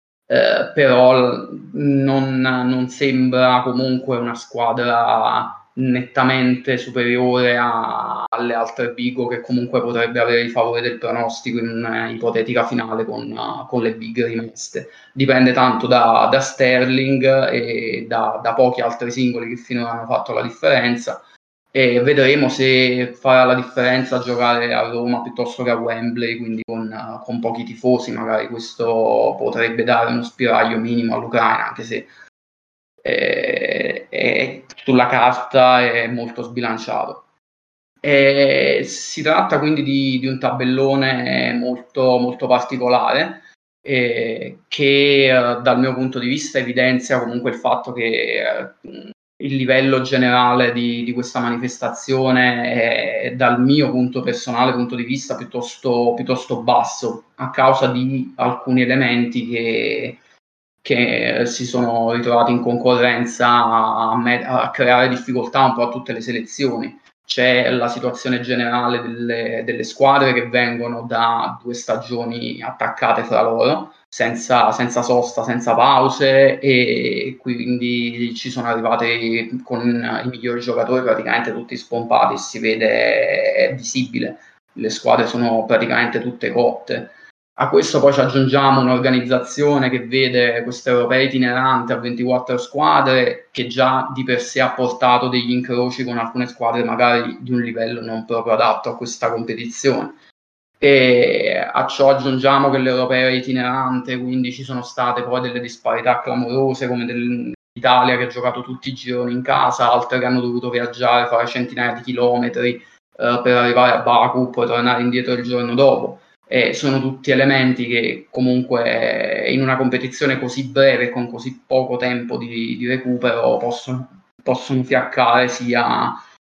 però non sembra comunque una squadra nettamente superiore alle altre big, che comunque potrebbe avere il favore del pronostico in un'ipotetica finale con le big rimeste. Dipende tanto da Sterling e da pochi altri singoli che finora hanno fatto la differenza, e vedremo se farà la differenza giocare a Roma piuttosto che a Wembley, quindi con pochi tifosi. Magari questo potrebbe dare uno spiraglio minimo all'Ucraina, anche se sulla carta è molto sbilanciato. Si tratta quindi di un tabellone molto, molto particolare, che dal mio punto di vista evidenzia comunque il fatto che il livello generale di questa manifestazione è, dal mio personale punto di vista, piuttosto basso, a causa di alcuni elementi che si sono ritrovati in concorrenza a creare difficoltà un po' a tutte le selezioni. C'è la situazione generale delle squadre che vengono da 2 stagioni attaccate fra loro, senza sosta, senza pause, e quindi ci sono arrivati con i migliori giocatori praticamente tutti spompati, si vede, è visibile, le squadre sono praticamente tutte cotte. A questo poi ci aggiungiamo un'organizzazione che vede questo europeo itinerante a 24 squadre, che già di per sé ha portato degli incroci con alcune squadre magari di un livello non proprio adatto a questa competizione. E a ciò aggiungiamo che l'europeo è itinerante, quindi ci sono state poi delle disparità clamorose, come dell'Italia che ha giocato tutti i gironi in casa, altre che hanno dovuto viaggiare, fare centinaia di chilometri per arrivare a Baku, poi tornare indietro il giorno dopo. Sono tutti elementi che comunque in una competizione così breve, con così poco tempo di recupero, possono fiaccare sia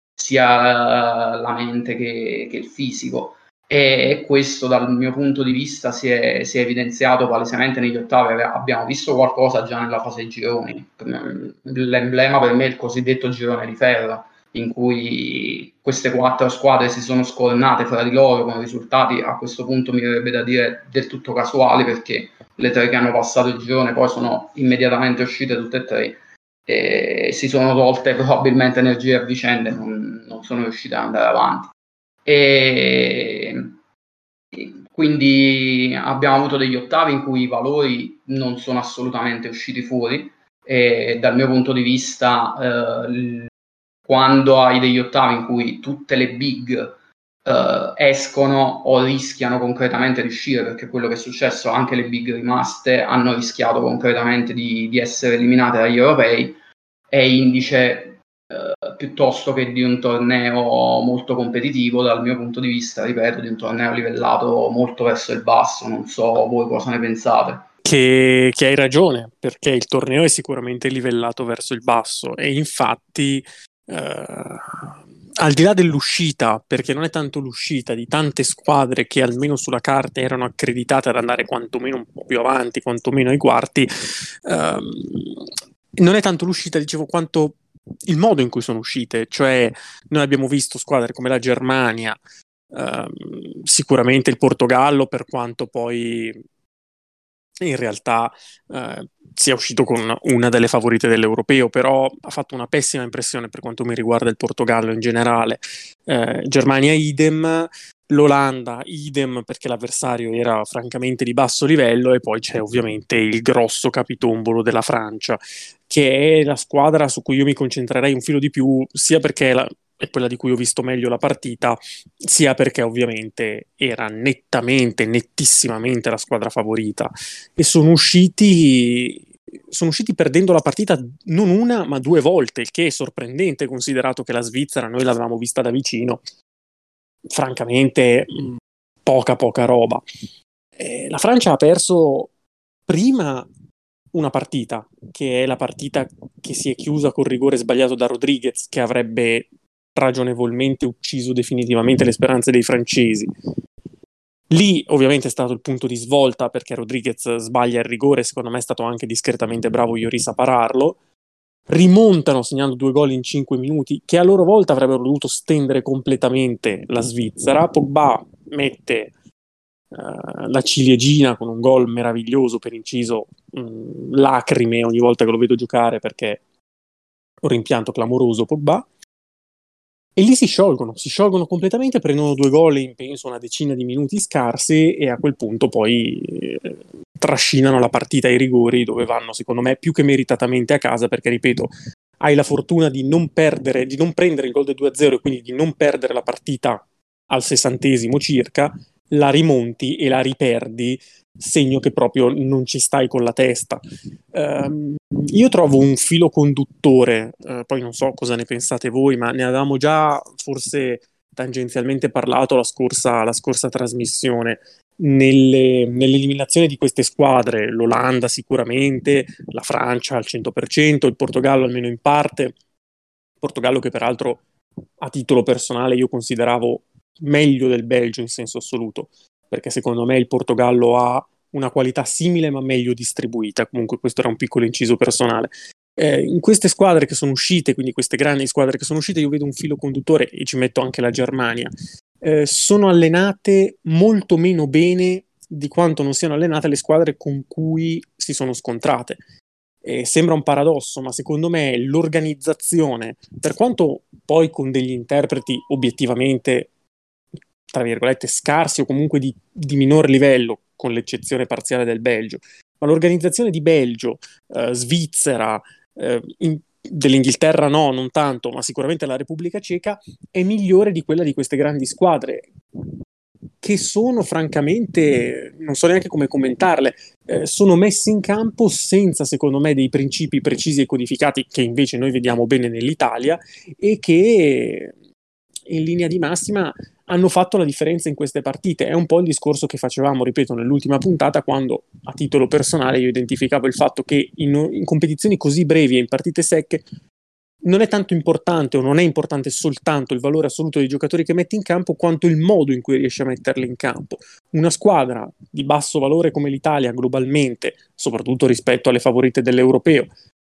la mente che il fisico. E questo dal mio punto di vista si è evidenziato palesemente negli ottavi. Abbiamo visto qualcosa già nella fase gironi. L'emblema per me è il cosiddetto girone di ferro, in cui queste 4 squadre si sono scornate fra di loro con risultati a questo punto mi verrebbe da dire del tutto casuali, perché le 3 che hanno passato il girone poi sono immediatamente uscite tutte e 3 e si sono tolte probabilmente energie a vicenda, non sono riuscite ad andare avanti. E quindi abbiamo avuto degli ottavi in cui i valori non sono assolutamente usciti fuori, e dal mio punto di vista quando hai degli ottavi in cui tutte le big escono o rischiano concretamente di uscire, perché quello che è successo, anche le big rimaste hanno rischiato concretamente di essere eliminate dagli europei, è indice piuttosto che di un torneo molto competitivo, dal mio punto di vista, ripeto, di un torneo livellato molto verso il basso. Non so voi cosa ne pensate. Che hai ragione, perché il torneo è sicuramente livellato verso il basso e infatti al di là dell'uscita, perché non è tanto l'uscita di tante squadre che almeno sulla carta erano accreditate ad andare quantomeno un po' più avanti, quantomeno ai quarti, non è tanto l'uscita, dicevo, quanto il modo in cui sono uscite. Cioè noi abbiamo visto squadre come la Germania, sicuramente il Portogallo, per quanto poi in realtà sia uscito con una delle favorite dell'Europeo, però ha fatto una pessima impressione per quanto mi riguarda il Portogallo in generale. Germania idem, l'Olanda idem, perché l'avversario era francamente di basso livello, e poi c'è ovviamente il grosso capitombolo della Francia, che è la squadra su cui io mi concentrerei un filo di più, sia perché è quella di cui ho visto meglio la partita, sia perché ovviamente era nettissimamente la squadra favorita, e sono usciti perdendo la partita non una ma 2 volte, il che è sorprendente considerato che la Svizzera noi l'avevamo vista da vicino, francamente poca roba. La Francia ha perso prima una partita, che è la partita che si è chiusa col rigore sbagliato da Rodriguez, che avrebbe ragionevolmente ucciso definitivamente le speranze dei francesi. Lì ovviamente è stato il punto di svolta, perché Rodriguez sbaglia il rigore, secondo me è stato anche discretamente bravo Lloris a pararlo. Rimontano segnando 2 gol in 5 minuti, che a loro volta avrebbero dovuto stendere completamente la Svizzera. Pogba mette la ciliegina con un gol meraviglioso, per inciso lacrime ogni volta che lo vedo giocare, perché un rimpianto clamoroso Pogba. E lì si sciolgono completamente, prendono 2 gol in penso una decina di minuti scarsi, e a quel punto poi trascinano la partita ai rigori, dove vanno secondo me più che meritatamente a casa, perché ripeto, hai la fortuna di non prendere il gol del 2-0 e quindi di non perdere la partita al 60° circa, la rimonti e la riperdi, segno che proprio non ci stai con la testa. Io trovo un filo conduttore, poi non so cosa ne pensate voi, ma ne avevamo già forse tangenzialmente parlato la scorsa trasmissione, nell'eliminazione di queste squadre, l'Olanda sicuramente, la Francia al 100%, il Portogallo almeno in parte, Portogallo che peraltro a titolo personale io consideravo meglio del Belgio in senso assoluto, perché secondo me il Portogallo ha una qualità simile ma meglio distribuita. Comunque questo era un piccolo inciso personale. In queste squadre che sono uscite, quindi queste grandi squadre che sono uscite, io vedo un filo conduttore, e ci metto anche la Germania. Sono allenate molto meno bene di quanto non siano allenate le squadre con cui si sono scontrate. Sembra un paradosso, ma secondo me l'organizzazione, per quanto poi con degli interpreti obiettivamente tra virgolette scarsi o comunque di minor livello, con l'eccezione parziale del Belgio, ma l'organizzazione di Belgio, Svizzera, dell'Inghilterra no, non tanto, ma sicuramente la Repubblica Ceca è migliore di quella di queste grandi squadre, che sono francamente, non so neanche come commentarle, sono messe in campo senza secondo me dei principi precisi e codificati che invece noi vediamo bene nell'Italia, e che in linea di massima hanno fatto la differenza in queste partite. È un po' il discorso che facevamo, ripeto, nell'ultima puntata, quando a titolo personale io identificavo il fatto che in competizioni così brevi e in partite secche non è tanto importante, o non è importante soltanto il valore assoluto dei giocatori che metti in campo, quanto il modo in cui riesci a metterli in campo. Una squadra di basso valore come l'Italia globalmente, soprattutto rispetto alle favorite dell'Europeo,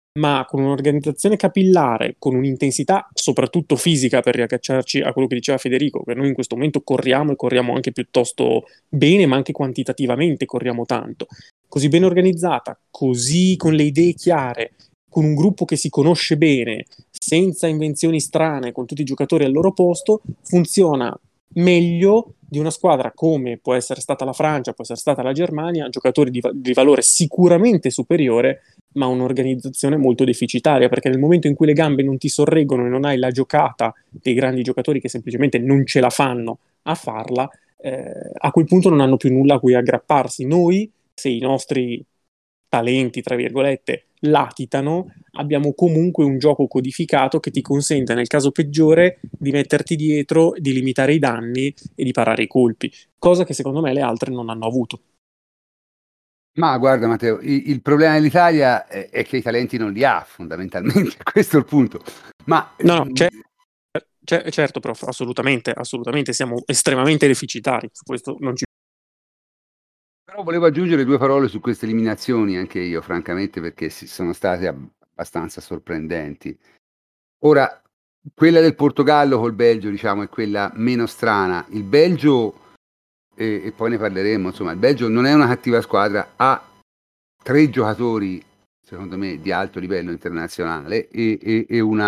ma con un'organizzazione capillare, con un'intensità soprattutto fisica, per riagganciarci a quello che diceva Federico, che noi in questo momento corriamo e corriamo anche piuttosto bene, ma anche quantitativamente corriamo tanto, così ben organizzata, così con le idee chiare, con un gruppo che si conosce bene, senza invenzioni strane, con tutti i giocatori al loro posto, funziona meglio di una squadra come può essere stata la Francia, può essere stata la Germania, giocatori di valore sicuramente superiore, ma un'organizzazione molto deficitaria, perché nel momento in cui le gambe non ti sorreggono e non hai la giocata dei grandi giocatori che semplicemente non ce la fanno a farla, a quel punto non hanno più nulla a cui aggrapparsi. Noi, se i nostri talenti, tra virgolette, latitano, abbiamo comunque un gioco codificato che ti consente, nel caso peggiore, di metterti dietro, di limitare i danni e di parare i colpi, cosa che secondo me le altre non hanno avuto. Ma guarda Matteo, il problema dell'Italia è che i talenti non li ha fondamentalmente, questo è il punto. Ma No, certo, prof, assolutamente, siamo estremamente deficitari, su questo non ci... Però volevo aggiungere due parole su queste eliminazioni anche io, francamente, perché sono state abbastanza sorprendenti. Ora, quella del Portogallo col Belgio, diciamo, è quella meno strana. Il Belgio, e poi ne parleremo, insomma, il Belgio non è una cattiva squadra, ha 3 giocatori, secondo me, di alto livello internazionale e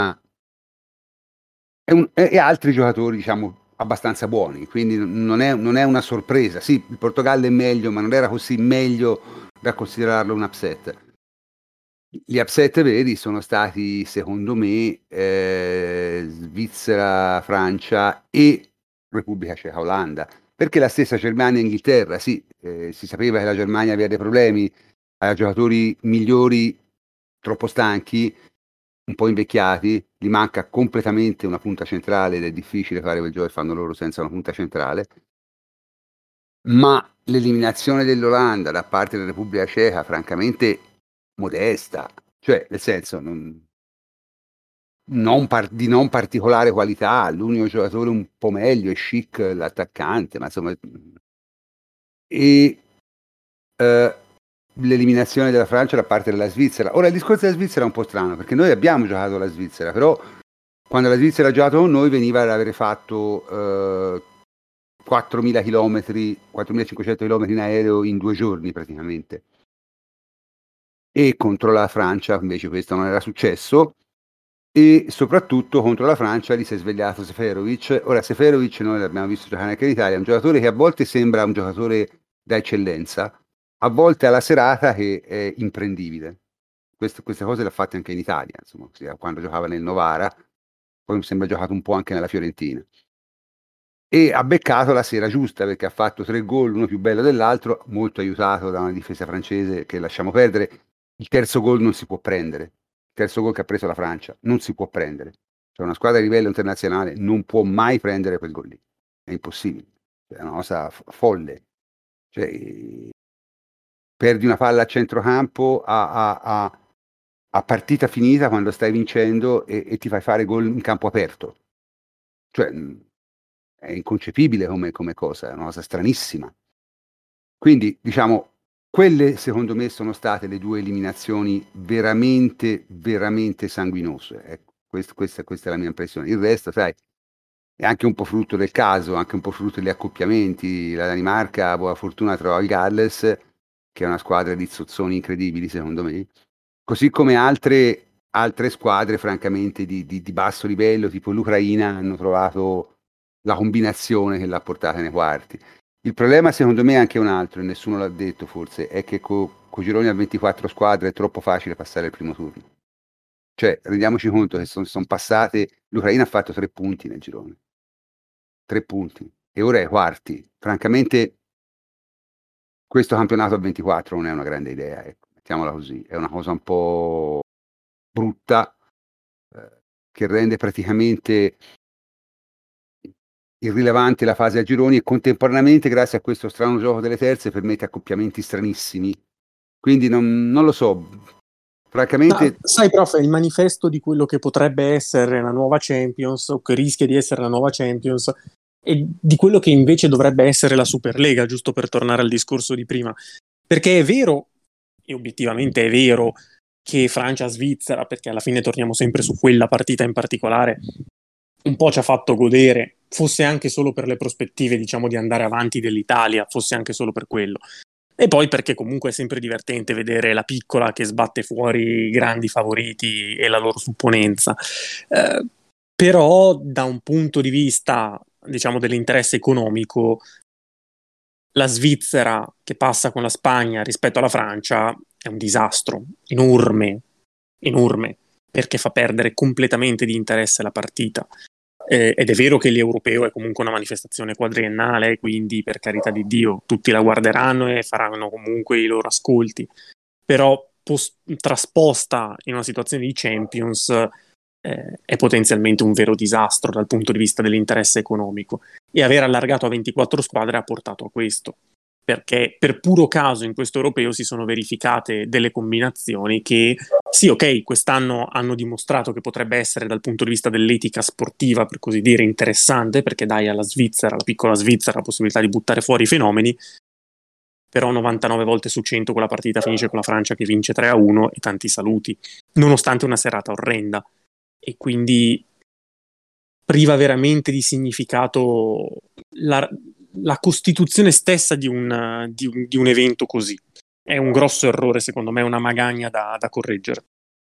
altri giocatori, diciamo, abbastanza buoni, quindi non è una sorpresa. Sì, il Portogallo è meglio, ma non era così meglio da considerarlo un upset. Gli upset veri sono stati, secondo me, Svizzera, Francia e Repubblica Ceca, Olanda, perché la stessa Germania e Inghilterra, sì, si sapeva che la Germania aveva dei problemi, aveva giocatori migliori troppo stanchi, un po' invecchiati, gli manca completamente una punta centrale ed è difficile fare quel gioco che fanno loro senza una punta centrale, ma l'eliminazione dell'Olanda da parte della Repubblica Ceca, francamente, modesta, cioè nel senso di non particolare qualità, l'unico giocatore un po' meglio è Schick, l'attaccante, ma insomma, e l'eliminazione della Francia da parte della Svizzera. Ora il discorso della Svizzera è un po' strano, perché noi abbiamo giocato la Svizzera, però quando la Svizzera ha giocato con noi veniva ad avere fatto 4.000 km, 4.500 km in aereo in 2 giorni praticamente. E contro la Francia invece questo non era successo, e soprattutto contro la Francia lì si è svegliato Seferovic. Ora Seferovic noi l'abbiamo visto giocare anche in Italia, è un giocatore che a volte sembra un giocatore da eccellenza, a volte ha la serata che è imprendibile. Queste cose le ha fatte anche in Italia, insomma, quando giocava nel Novara, poi mi sembra giocato un po' anche nella Fiorentina. E ha beccato la sera giusta perché ha fatto 3 gol, uno più bello dell'altro, molto aiutato da una difesa francese che lasciamo perdere. Il terzo gol non si può prendere, il terzo gol che ha preso la Francia non si può prendere. Cioè una squadra di livello internazionale non può mai prendere quel gol lì, è impossibile, è una cosa folle. Cioè, perdi una palla a centrocampo a partita finita quando stai vincendo e ti fai fare gol in campo aperto. Cioè, è inconcepibile come cosa, è una cosa stranissima. Quindi, diciamo, quelle secondo me sono state le 2 eliminazioni veramente, veramente sanguinose. Ecco, questa è la mia impressione. Il resto, sai, è anche un po' frutto del caso, anche un po' frutto degli accoppiamenti. La Danimarca, buona fortuna, trova il Galles, che è una squadra di zozzoni incredibili, secondo me. Così come altre squadre, francamente, di basso livello, tipo l'Ucraina, hanno trovato la combinazione che l'ha portata nei quarti. Il problema, secondo me, è anche un altro, e nessuno l'ha detto forse, è che con gironi a 24 squadre è troppo facile passare il primo turno. Cioè, rendiamoci conto che sono passate, l'Ucraina ha fatto 3 punti nel girone. 3 punti. E ora è ai quarti. Francamente, questo campionato a 24 non è una grande idea, ecco, mettiamola così. È una cosa un po' brutta, che rende praticamente irrilevante la fase a gironi e contemporaneamente, grazie a questo strano gioco delle terze, permette accoppiamenti stranissimi. Quindi non lo so, francamente... Sai, prof, è il manifesto di quello che potrebbe essere la nuova Champions, o che rischia di essere la nuova Champions, e di quello che invece dovrebbe essere la Superlega, giusto per tornare al discorso di prima. Perché è vero, e obiettivamente è vero, che Francia-Svizzera, perché alla fine torniamo sempre su quella partita in particolare, un po' ci ha fatto godere, fosse anche solo per le prospettive, diciamo, di andare avanti dell'Italia, fosse anche solo per quello. E poi perché comunque è sempre divertente vedere la piccola che sbatte fuori i grandi favoriti e la loro supponenza. Però da un punto di vista, diciamo, dell'interesse economico, la Svizzera che passa con la Spagna rispetto alla Francia è un disastro enorme, perché fa perdere completamente di interesse la partita. Ed è vero che l'Europeo è comunque una manifestazione quadriennale, quindi per carità di Dio tutti la guarderanno e faranno comunque i loro ascolti, però trasposta in una situazione di Champions è potenzialmente un vero disastro dal punto di vista dell'interesse economico, e aver allargato a 24 squadre ha portato a questo, perché per puro caso in questo europeo si sono verificate delle combinazioni che sì, ok, quest'anno hanno dimostrato che potrebbe essere dal punto di vista dell'etica sportiva, per così dire, interessante, perché dai alla Svizzera, alla piccola Svizzera, la possibilità di buttare fuori i fenomeni, però 99 volte su 100 quella partita finisce con la Francia che vince 3-1 e tanti saluti, nonostante una serata orrenda. E quindi priva veramente di significato la costituzione stessa di un evento così. È un grosso errore, secondo me, una magagna da correggere.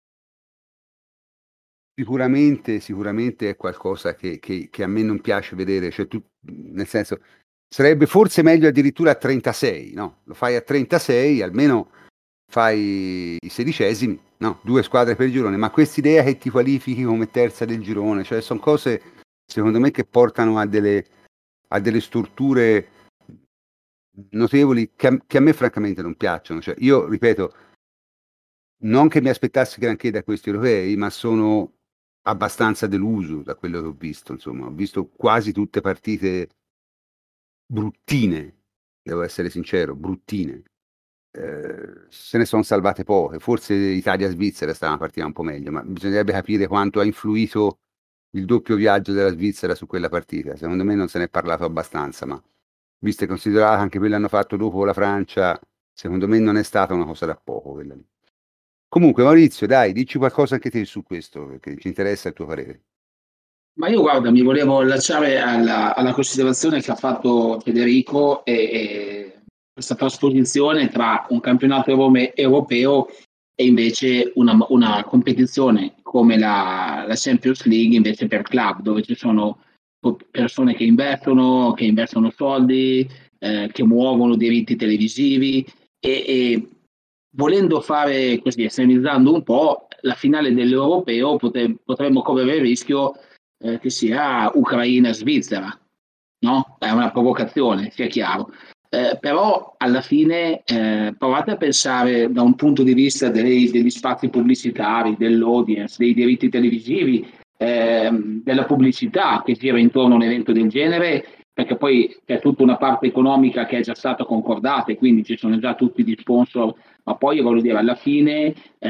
Sicuramente è qualcosa che a me non piace vedere, cioè nel senso, sarebbe forse meglio addirittura a 36, no? Lo fai a 36, almeno fai i 16esimi, no? 2 squadre per girone, ma quest'idea che ti qualifichi come terza del girone, cioè sono cose secondo me che portano a delle storture notevoli che a me francamente non piacciono. Cioè, io ripeto, non che mi aspettassi granché da questi europei, ma sono abbastanza deluso da quello che ho visto. Insomma, ho visto quasi tutte partite bruttine, devo essere sincero, bruttine. Se ne sono salvate poche, forse Italia-Svizzera è stata una partita un po' meglio, ma bisognerebbe capire quanto ha influito il doppio viaggio della Svizzera su quella partita. Secondo me non se ne è parlato abbastanza, ma visto e considerato anche quello che hanno fatto dopo la Francia, secondo me non è stata una cosa da poco quella lì. Comunque Maurizio, dai, dici qualcosa anche te su questo, perché ci interessa il tuo parere. Ma io guarda, mi volevo allacciare alla considerazione che ha fatto Federico e questa trasposizione tra un campionato europeo e invece una competizione come la Champions League invece per club, dove ci sono persone che investono soldi, che muovono diritti televisivi e volendo fare così, estremizzando un po', la finale dell'europeo potremmo correre il rischio che sia Ucraina-Svizzera, no? È una provocazione, sia chiaro. Però alla fine provate a pensare da un punto di vista degli spazi pubblicitari, dell'audience, dei diritti televisivi, della pubblicità che gira intorno a un evento del genere, perché poi c'è tutta una parte economica che è già stata concordata e quindi ci sono già tutti gli sponsor, ma poi voglio dire, alla fine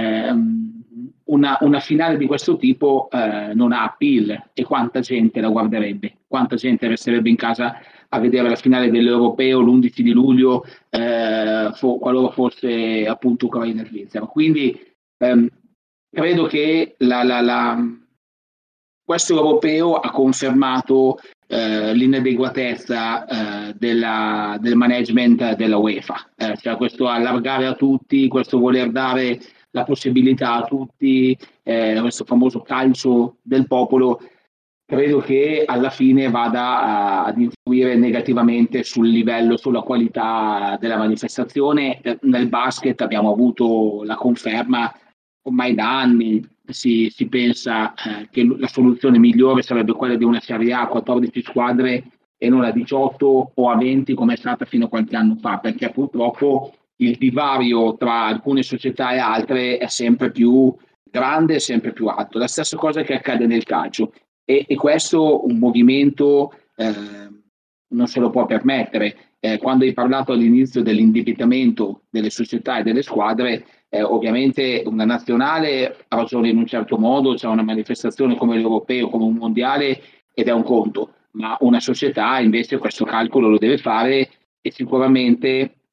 una finale di questo tipo non ha appeal, e quanta gente la guarderebbe, quanta gente resterebbe in casa a vedere la finale dell'Europeo l'11 di luglio qualora fosse appunto Ucraina e Svizzera. Quindi credo che questo Europeo ha confermato l'inadeguatezza del management della UEFA, cioè questo allargare a tutti, questo voler dare la possibilità a tutti, questo famoso calcio del popolo, credo che alla fine vada ad influire negativamente sul livello, sulla qualità della manifestazione. Nel basket abbiamo avuto la conferma ormai da anni. Si pensa che la soluzione migliore sarebbe quella di una Serie A a 14 squadre e non a 18 o a 20 come è stata fino a qualche anno fa, perché purtroppo il divario tra alcune società e altre è sempre più grande e sempre più alto. La stessa cosa che accade nel calcio, e questo un movimento non se lo può permettere. Quando hai parlato all'inizio dell'indebitamento delle società e delle squadre, ovviamente una nazionale ragiona in un certo modo, c'è una manifestazione come l'Europeo, come un mondiale, ed è un conto, ma una società invece questo calcolo lo deve fare, e sicuramente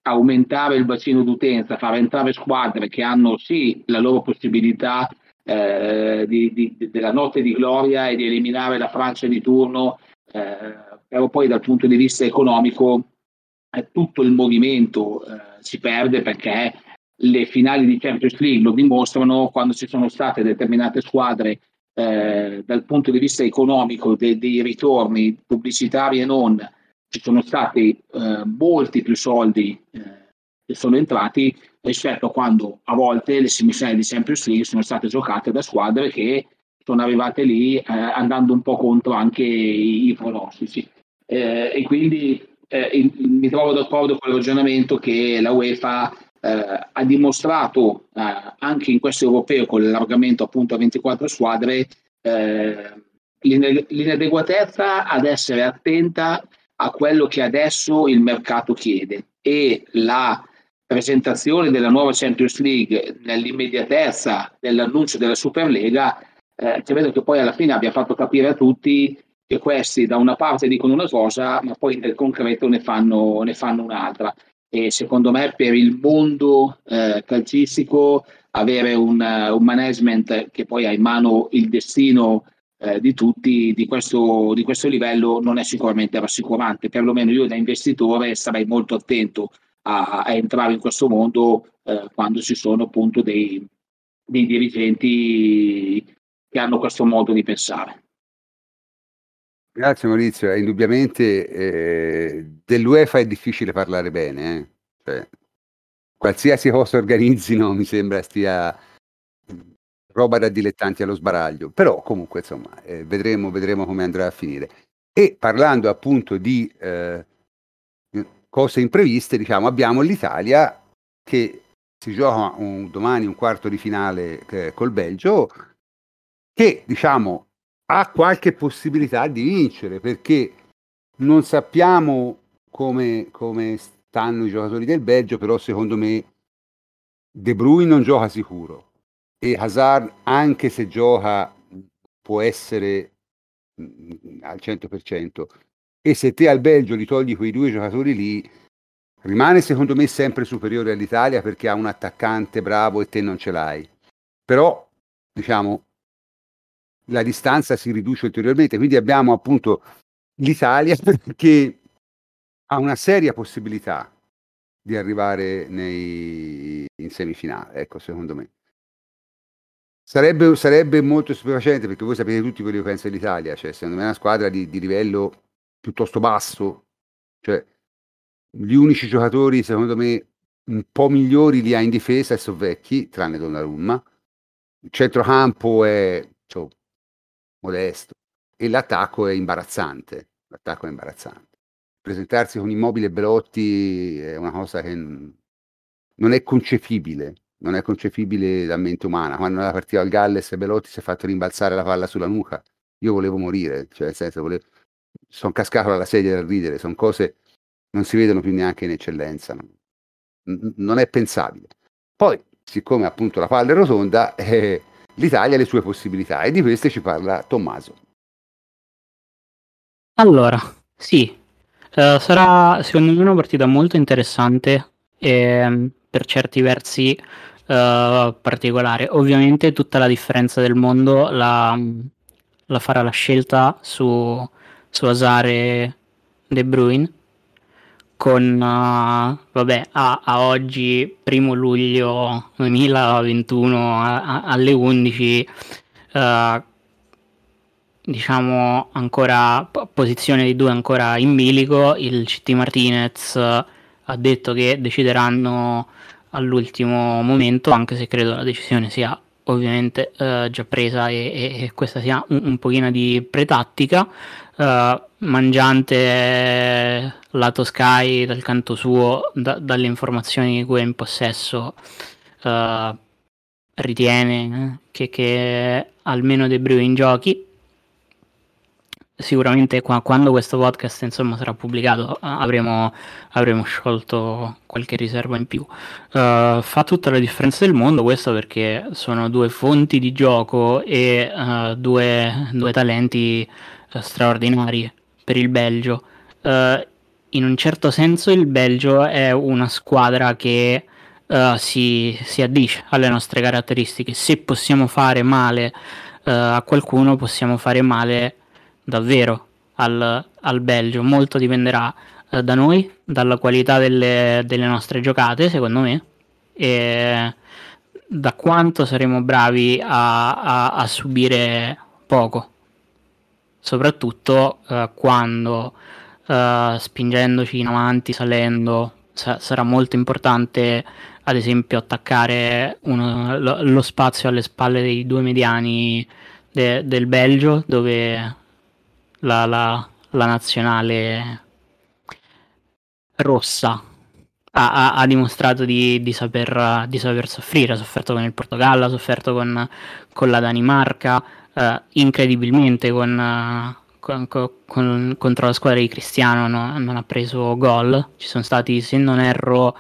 aumentare il bacino d'utenza, far entrare squadre che hanno sì la loro possibilità della notte di gloria e di eliminare la Francia di turno, però poi dal punto di vista economico tutto il movimento si perde, perché le finali di Champions League lo dimostrano, quando ci sono state determinate squadre dal punto di vista economico dei ritorni pubblicitari e non, ci sono stati molti più soldi che sono entrati rispetto a quando a volte le semifinali di Champions League sono state giocate da squadre che sono arrivate lì andando un po' contro anche i pronostici. E quindi mi trovo d'accordo con il ragionamento che la UEFA ha dimostrato anche in questo europeo, con l'allargamento appunto a 24 squadre, l'inadeguatezza ad essere attenta a quello che adesso il mercato chiede, e la presentazione della nuova Champions League nell'immediatezza dell'annuncio della Superlega credo che poi alla fine abbia fatto capire a tutti che questi da una parte dicono una cosa ma poi nel concreto ne fanno un'altra. E secondo me per il mondo calcistico avere un management che poi ha in mano il destino di tutti di questo livello non è sicuramente rassicurante. Perlomeno io da investitore sarei molto attento a entrare in questo mondo quando ci sono appunto dei dirigenti che hanno questo modo di pensare. Grazie Maurizio, indubbiamente dell'UEFA è difficile parlare bene, cioè, qualsiasi cosa organizzino mi sembra stia roba da dilettanti allo sbaraglio, però comunque insomma vedremo come andrà a finire. E parlando appunto di cose impreviste, diciamo, abbiamo l'Italia che si gioca domani un quarto di finale col Belgio, che diciamo ha qualche possibilità di vincere, perché non sappiamo come stanno i giocatori del Belgio, però secondo me De Bruyne non gioca sicuro e Hazard, anche se gioca, può essere al 100%, e se te al Belgio gli togli quei due giocatori lì, rimane secondo me sempre superiore all'Italia, perché ha un attaccante bravo e te non ce l'hai. Però diciamo la distanza si riduce ulteriormente, quindi abbiamo appunto l'Italia che ha una seria possibilità di arrivare in semifinale, ecco, secondo me. Sarebbe molto stupefacente, perché voi sapete tutti quello che pensa dell'Italia, cioè secondo me è una squadra di livello piuttosto basso, cioè gli unici giocatori secondo me un po' migliori li ha in difesa e sono vecchi, tranne Donnarumma, il centrocampo è modesto e l'attacco è imbarazzante. Presentarsi con Immobile e Belotti è una cosa che non è concepibile da mente umana. Quando era partito al Galles e Belotti si è fatto rimbalzare la palla sulla nuca, io volevo morire, cioè nel senso sono cascato dalla sedia da ridere, sono cose non si vedono più neanche in eccellenza, non è pensabile. Poi, siccome appunto la palla è rotonda, l'Italia ha le sue possibilità, e di queste ci parla Tommaso. Allora, sì, sarà secondo me una partita molto interessante e per certi versi particolare. Ovviamente tutta la differenza del mondo la farà la scelta su Hazard e De Bruyne, con vabbè, a oggi, 1 luglio 2021 alle 11, diciamo ancora posizione di due ancora in bilico. Il CT Martinez ha detto che decideranno all'ultimo momento, anche se credo la decisione sia ovviamente già presa e questa sia un pochino di pretattica. Mangiante lato Sky dal canto suo, dalle informazioni di cui è in possesso, ritiene che almeno De Bruyne giochi. Sicuramente quando questo podcast insomma sarà pubblicato avremo sciolto qualche riserva in più. Fa tutta la differenza del mondo questo, perché sono due fonti di gioco e due talenti straordinari per il Belgio. in un certo senso il Belgio è una squadra che si addice alle nostre caratteristiche. Se possiamo fare male a qualcuno, possiamo fare male davvero al Belgio. Molto dipenderà da noi, dalla qualità delle nostre giocate, secondo me, e da quanto saremo bravi a subire poco, soprattutto quando spingendoci in avanti, salendo, sarà molto importante ad esempio attaccare lo spazio alle spalle dei due mediani del Belgio, dove la nazionale rossa ha dimostrato di saper soffrire. Ha sofferto con il Portogallo, ha sofferto con la Danimarca, incredibilmente contro la squadra di Cristiano non ha preso gol. Ci sono stati, se non erro,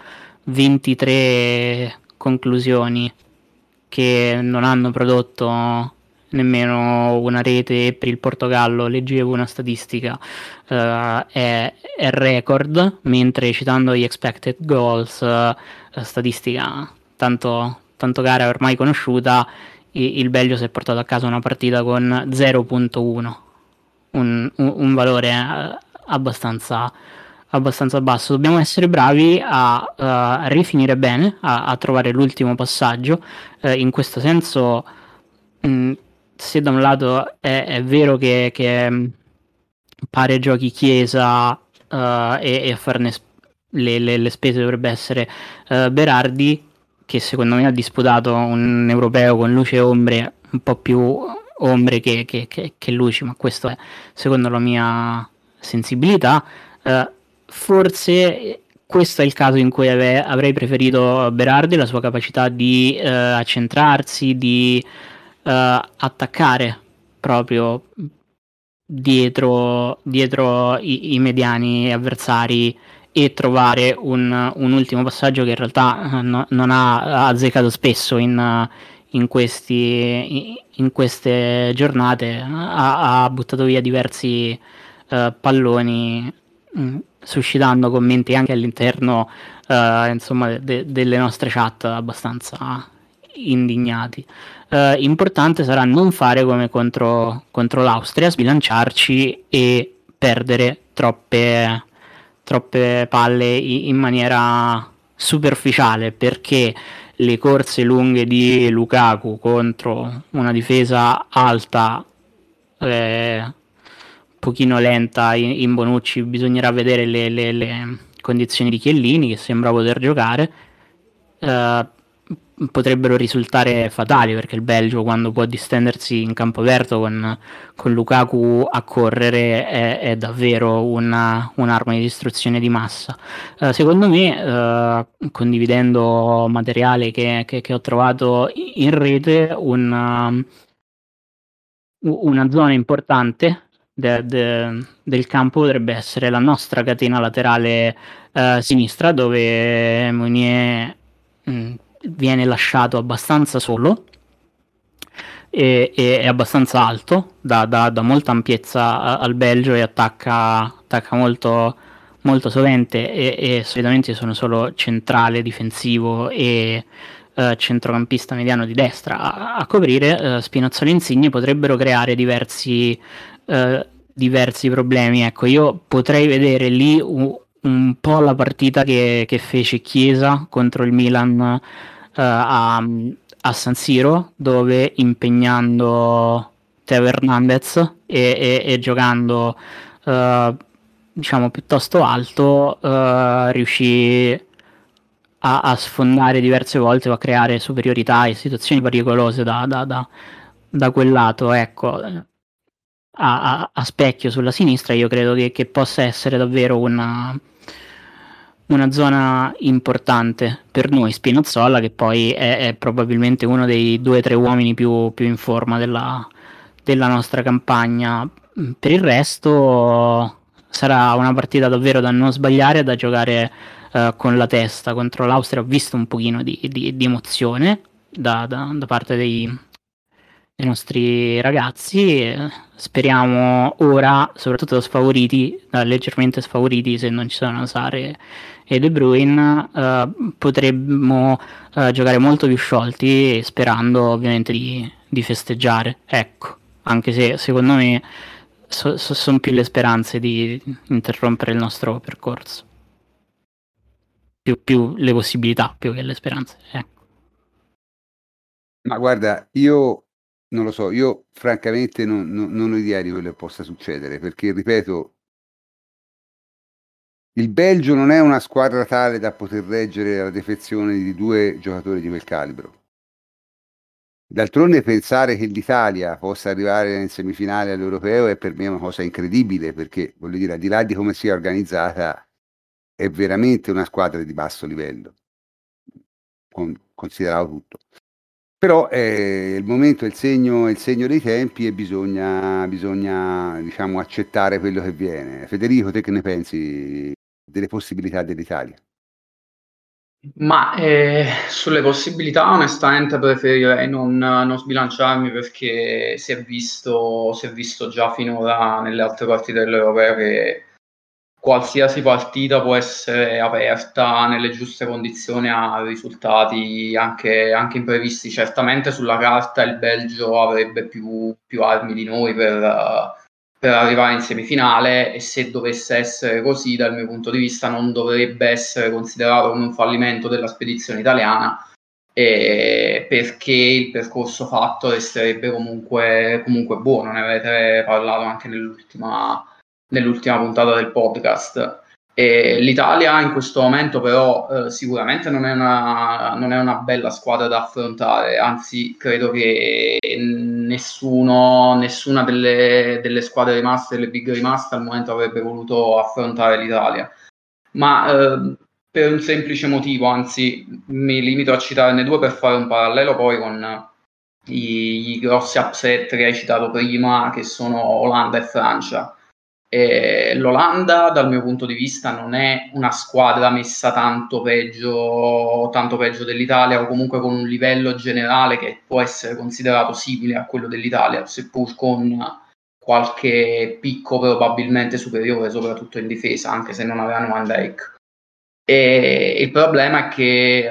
23 conclusioni che non hanno prodotto nemmeno una rete. Per il Portogallo leggevo una statistica, è record, mentre citando gli expected goals, statistica tanto cara e ormai conosciuta, il Belgio si è portato a casa una partita con 0.1, un valore abbastanza basso. Dobbiamo essere bravi a rifinire bene, a trovare l'ultimo passaggio. In questo senso, se da un lato è vero che pare giochi Chiesa e a farne le spese dovrebbe essere Berardi, che secondo me ha disputato un europeo con luce e ombre, un po' più ombre che luci, ma questo è secondo la mia sensibilità. Forse questo è il caso in cui avrei preferito Berardi, la sua capacità di accentrarsi, di attaccare proprio dietro i mediani avversari e trovare un ultimo passaggio che in realtà non ha azzeccato spesso in queste giornate. Ha buttato via diversi palloni, suscitando commenti anche all'interno insomma delle nostre chat abbastanza indignati. Importante sarà non fare come contro l'Austria, sbilanciarci e perdere troppe palle in maniera superficiale, perché le corse lunghe di Lukaku contro una difesa alta, pochino lenta in Bonucci, bisognerà vedere le condizioni di Chiellini, che sembra poter giocare, potrebbero risultare fatali, perché il Belgio, quando può distendersi in campo aperto con Lukaku a correre, è davvero un'arma di distruzione di massa. Secondo me, condividendo materiale che ho trovato in rete, una zona importante del campo potrebbe essere la nostra catena laterale sinistra, dove Meunier viene lasciato abbastanza solo e è abbastanza alto, dà molta ampiezza al Belgio e attacca molto sovente, e solitamente sono solo centrale difensivo e centrocampista mediano di destra a coprire. Spinazzola e Insigne potrebbero creare diversi problemi. Ecco, io potrei vedere lì un po' la partita che fece Chiesa contro il Milan a San Siro, dove impegnando Teo Hernandez e giocando diciamo piuttosto alto, riuscì a sfondare diverse volte o a creare superiorità e situazioni pericolose da quel lato. Ecco, a specchio sulla sinistra io credo che possa essere davvero una zona importante per noi. Spinazzola, che poi è probabilmente uno dei 2 o 3 uomini più in forma della nostra campagna. Per il resto sarà una partita davvero da non sbagliare, da giocare con la testa. Contro l'Austria ho visto un pochino di emozione da parte dei nostri ragazzi. Speriamo ora, soprattutto sfavoriti, leggermente sfavoriti se non ci sono Sare e De Bruyne, potremmo giocare molto più sciolti, sperando ovviamente di festeggiare, ecco, anche se secondo me sono più le speranze di interrompere il nostro percorso, più le possibilità più che le speranze, ecco. Ma guarda, io non lo so, io francamente non ho idea di quello che possa succedere, perché ripeto, il Belgio non è una squadra tale da poter reggere la defezione di 2 giocatori di quel calibro. D'altronde pensare che l'Italia possa arrivare in semifinale all'Europeo è per me una cosa incredibile, perché voglio dire, al di là di come sia organizzata, è veramente una squadra di basso livello, considerato tutto. Però il momento è il segno dei tempi e bisogna diciamo, accettare quello che viene. Federico, te che ne pensi delle possibilità dell'Italia? Ma sulle possibilità onestamente preferirei non sbilanciarmi, perché si è visto già finora nelle altre partite dell'Europeo che qualsiasi partita può essere aperta nelle giuste condizioni a risultati anche imprevisti. Certamente sulla carta il Belgio avrebbe più armi di noi per arrivare in semifinale, e se dovesse essere così, dal mio punto di vista non dovrebbe essere considerato come un fallimento della spedizione italiana, perché il percorso fatto resterebbe comunque buono. Ne avete parlato anche nell'ultima puntata del podcast. L'Italia in questo momento però sicuramente non è una bella squadra da affrontare, anzi credo che nessuna delle squadre rimaste, delle big rimaste al momento avrebbe voluto affrontare l'Italia, ma per un semplice motivo, anzi mi limito a citarne 2 per fare un parallelo poi con i grossi upset che hai citato prima, che sono Olanda e Francia. L'Olanda dal mio punto di vista non è una squadra messa tanto peggio dell'Italia, o comunque con un livello generale che può essere considerato simile a quello dell'Italia, seppur con qualche picco probabilmente superiore, soprattutto in difesa, anche se non avevano Van Dijk. Il problema è che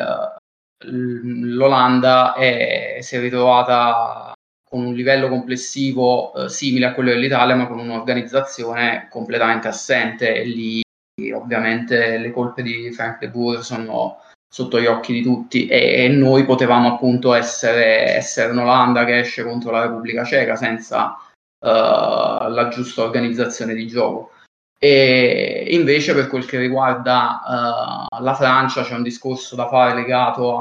l'Olanda si è ritrovata con un livello complessivo simile a quello dell'Italia, ma con un'organizzazione completamente assente, e lì ovviamente le colpe di Frank de Boer sono sotto gli occhi di tutti, e noi potevamo appunto essere un'Olanda che esce contro la Repubblica Ceca senza la giusta organizzazione di gioco. E invece per quel che riguarda la Francia c'è un discorso da fare legato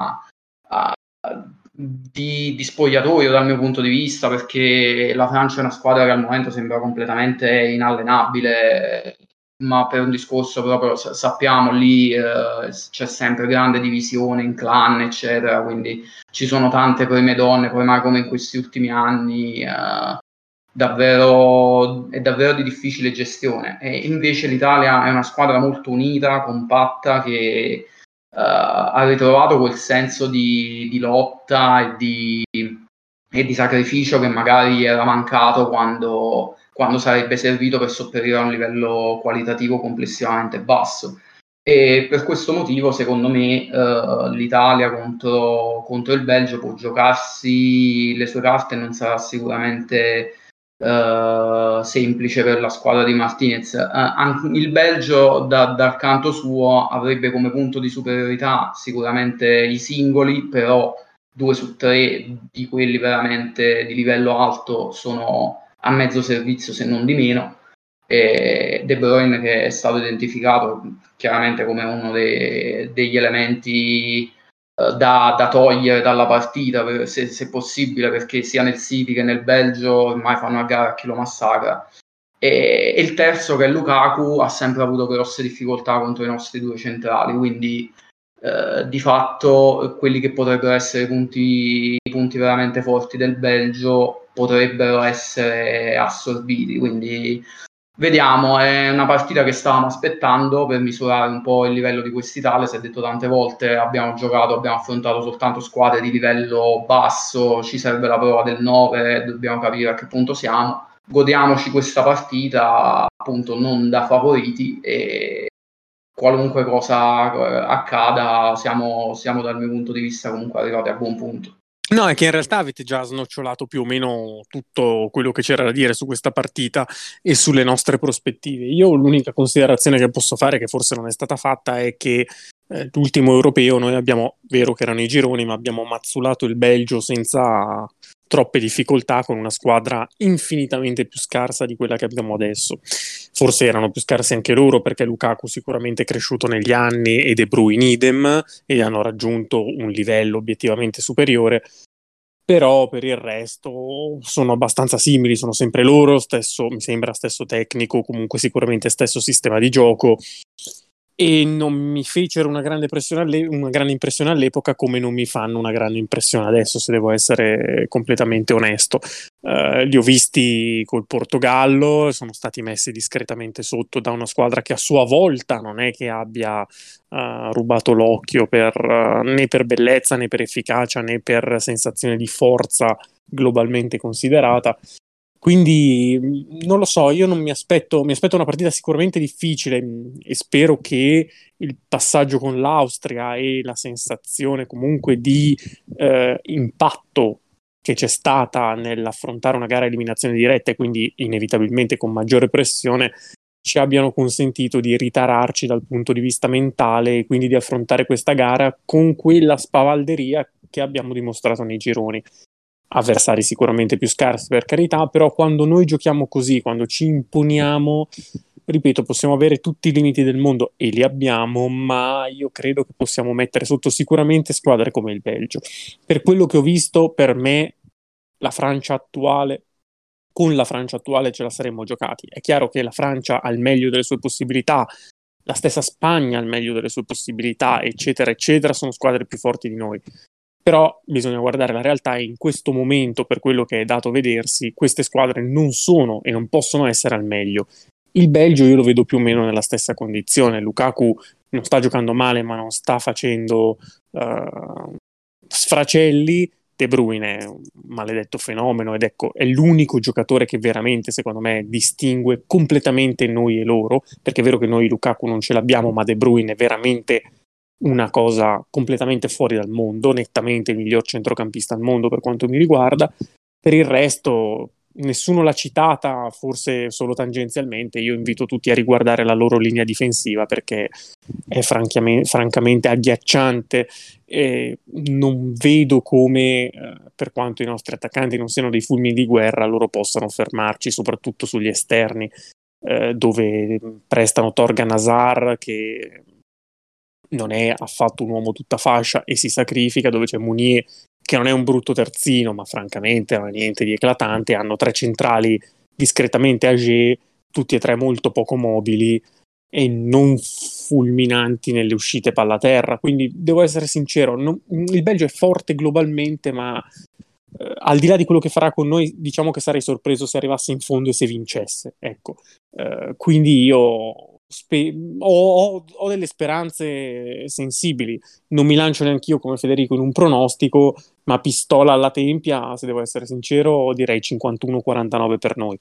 di spogliatoio dal mio punto di vista, perché la Francia è una squadra che al momento sembra completamente inallenabile, ma per un discorso proprio, sappiamo, lì c'è sempre grande divisione in clan eccetera, quindi ci sono tante prime donne, poi mai come in questi ultimi anni è davvero di difficile gestione. E invece l'Italia è una squadra molto unita, compatta, che ha ritrovato quel senso di lotta e di sacrificio che magari era mancato quando sarebbe servito per sopperire a un livello qualitativo complessivamente basso. E per questo motivo, secondo me, l'Italia contro il Belgio può giocarsi le sue carte, e non sarà sicuramente semplice per la squadra di Martinez. Il Belgio dal canto suo avrebbe come punto di superiorità sicuramente i singoli, però 2 su 3 di quelli veramente di livello alto sono a mezzo servizio, se non di meno. E De Bruyne, che è stato identificato chiaramente come uno degli elementi da togliere dalla partita, se possibile, perché sia nel City che nel Belgio ormai fanno a gara a chi lo massacra. E il terzo, che è Lukaku, ha sempre avuto grosse difficoltà contro i nostri 2 centrali, quindi di fatto quelli che potrebbero essere i punti veramente forti del Belgio potrebbero essere assorbiti, quindi Vediamo, è una partita che stavamo aspettando per misurare un po' il livello di quest'Italia. Si è detto tante volte, abbiamo affrontato soltanto squadre di livello basso, ci serve la prova del 9, dobbiamo capire a che punto siamo. Godiamoci questa partita, appunto, non da favoriti, e qualunque cosa accada, siamo dal mio punto di vista comunque arrivati a buon punto. No, è che in realtà avete già snocciolato più o meno tutto quello che c'era da dire su questa partita e sulle nostre prospettive. Io l'unica considerazione che posso fare, che forse non è stata fatta, è che l'ultimo europeo noi abbiamo, vero che erano i gironi, ma abbiamo mazzulato il Belgio senza troppe difficoltà, con una squadra infinitamente più scarsa di quella che abbiamo adesso. Forse erano più scarsi anche loro, perché Lukaku sicuramente è cresciuto negli anni e De Bruyne idem, e hanno raggiunto un livello obiettivamente superiore. Però per il resto sono abbastanza simili, sono sempre loro, mi sembra stesso tecnico, comunque sicuramente stesso sistema di gioco, e non mi fecero una grande impressione all'epoca, come non mi fanno una grande impressione adesso, se devo essere completamente onesto. Li ho visti col Portogallo, sono stati messi discretamente sotto da una squadra che a sua volta non è che abbia rubato l'occhio né per bellezza, né per efficacia, né per sensazione di forza globalmente considerata. Quindi non lo so, io non mi aspetto una partita sicuramente difficile, e spero che il passaggio con l'Austria e la sensazione comunque di impatto che c'è stata nell'affrontare una gara a eliminazione diretta, e quindi inevitabilmente con maggiore pressione, ci abbiano consentito di ritararci dal punto di vista mentale, e quindi di affrontare questa gara con quella spavalderia che abbiamo dimostrato nei gironi. Avversari sicuramente più scarsi, per carità, però quando noi giochiamo così, quando ci imponiamo, ripeto, possiamo avere tutti i limiti del mondo, e li abbiamo, ma io credo che possiamo mettere sotto sicuramente squadre come il Belgio. Per quello che ho visto, per me con la Francia attuale ce la saremmo giocati. È chiaro che la Francia al meglio delle sue possibilità, la stessa Spagna al meglio delle sue possibilità, eccetera eccetera, sono squadre più forti di noi. Però bisogna guardare la realtà, e in questo momento, per quello che è dato vedersi, queste squadre non sono e non possono essere al meglio. Il Belgio io lo vedo più o meno nella stessa condizione. Lukaku non sta giocando male, ma non sta facendo sfracelli. De Bruyne è un maledetto fenomeno, ed ecco, è l'unico giocatore che veramente, secondo me, distingue completamente noi e loro, perché è vero che noi Lukaku non ce l'abbiamo, ma De Bruyne è veramente una cosa completamente fuori dal mondo, nettamente il miglior centrocampista al mondo per quanto mi riguarda. Per il resto nessuno l'ha citata, forse solo tangenzialmente. Io invito tutti a riguardare la loro linea difensiva, perché è francamente agghiacciante, e non vedo come, per quanto i nostri attaccanti non siano dei fulmini di guerra, loro possano fermarci, soprattutto sugli esterni, dove prestano Torgan Hazard, che non è affatto un uomo tutta fascia e si sacrifica, dove c'è Mounier, che non è un brutto terzino, ma francamente non è niente di eclatante. Hanno tre centrali discretamente âgés, tutti e tre molto poco mobili e non fulminanti nelle uscite palla terra. Quindi devo essere sincero, il Belgio è forte globalmente, ma al di là di quello che farà con noi, diciamo che sarei sorpreso se arrivasse in fondo e se vincesse, ecco. Quindi io ho delle speranze sensibili. Non mi lancio neanch'io come Federico in un pronostico, ma pistola alla tempia, se devo essere sincero, direi 51-49 per noi.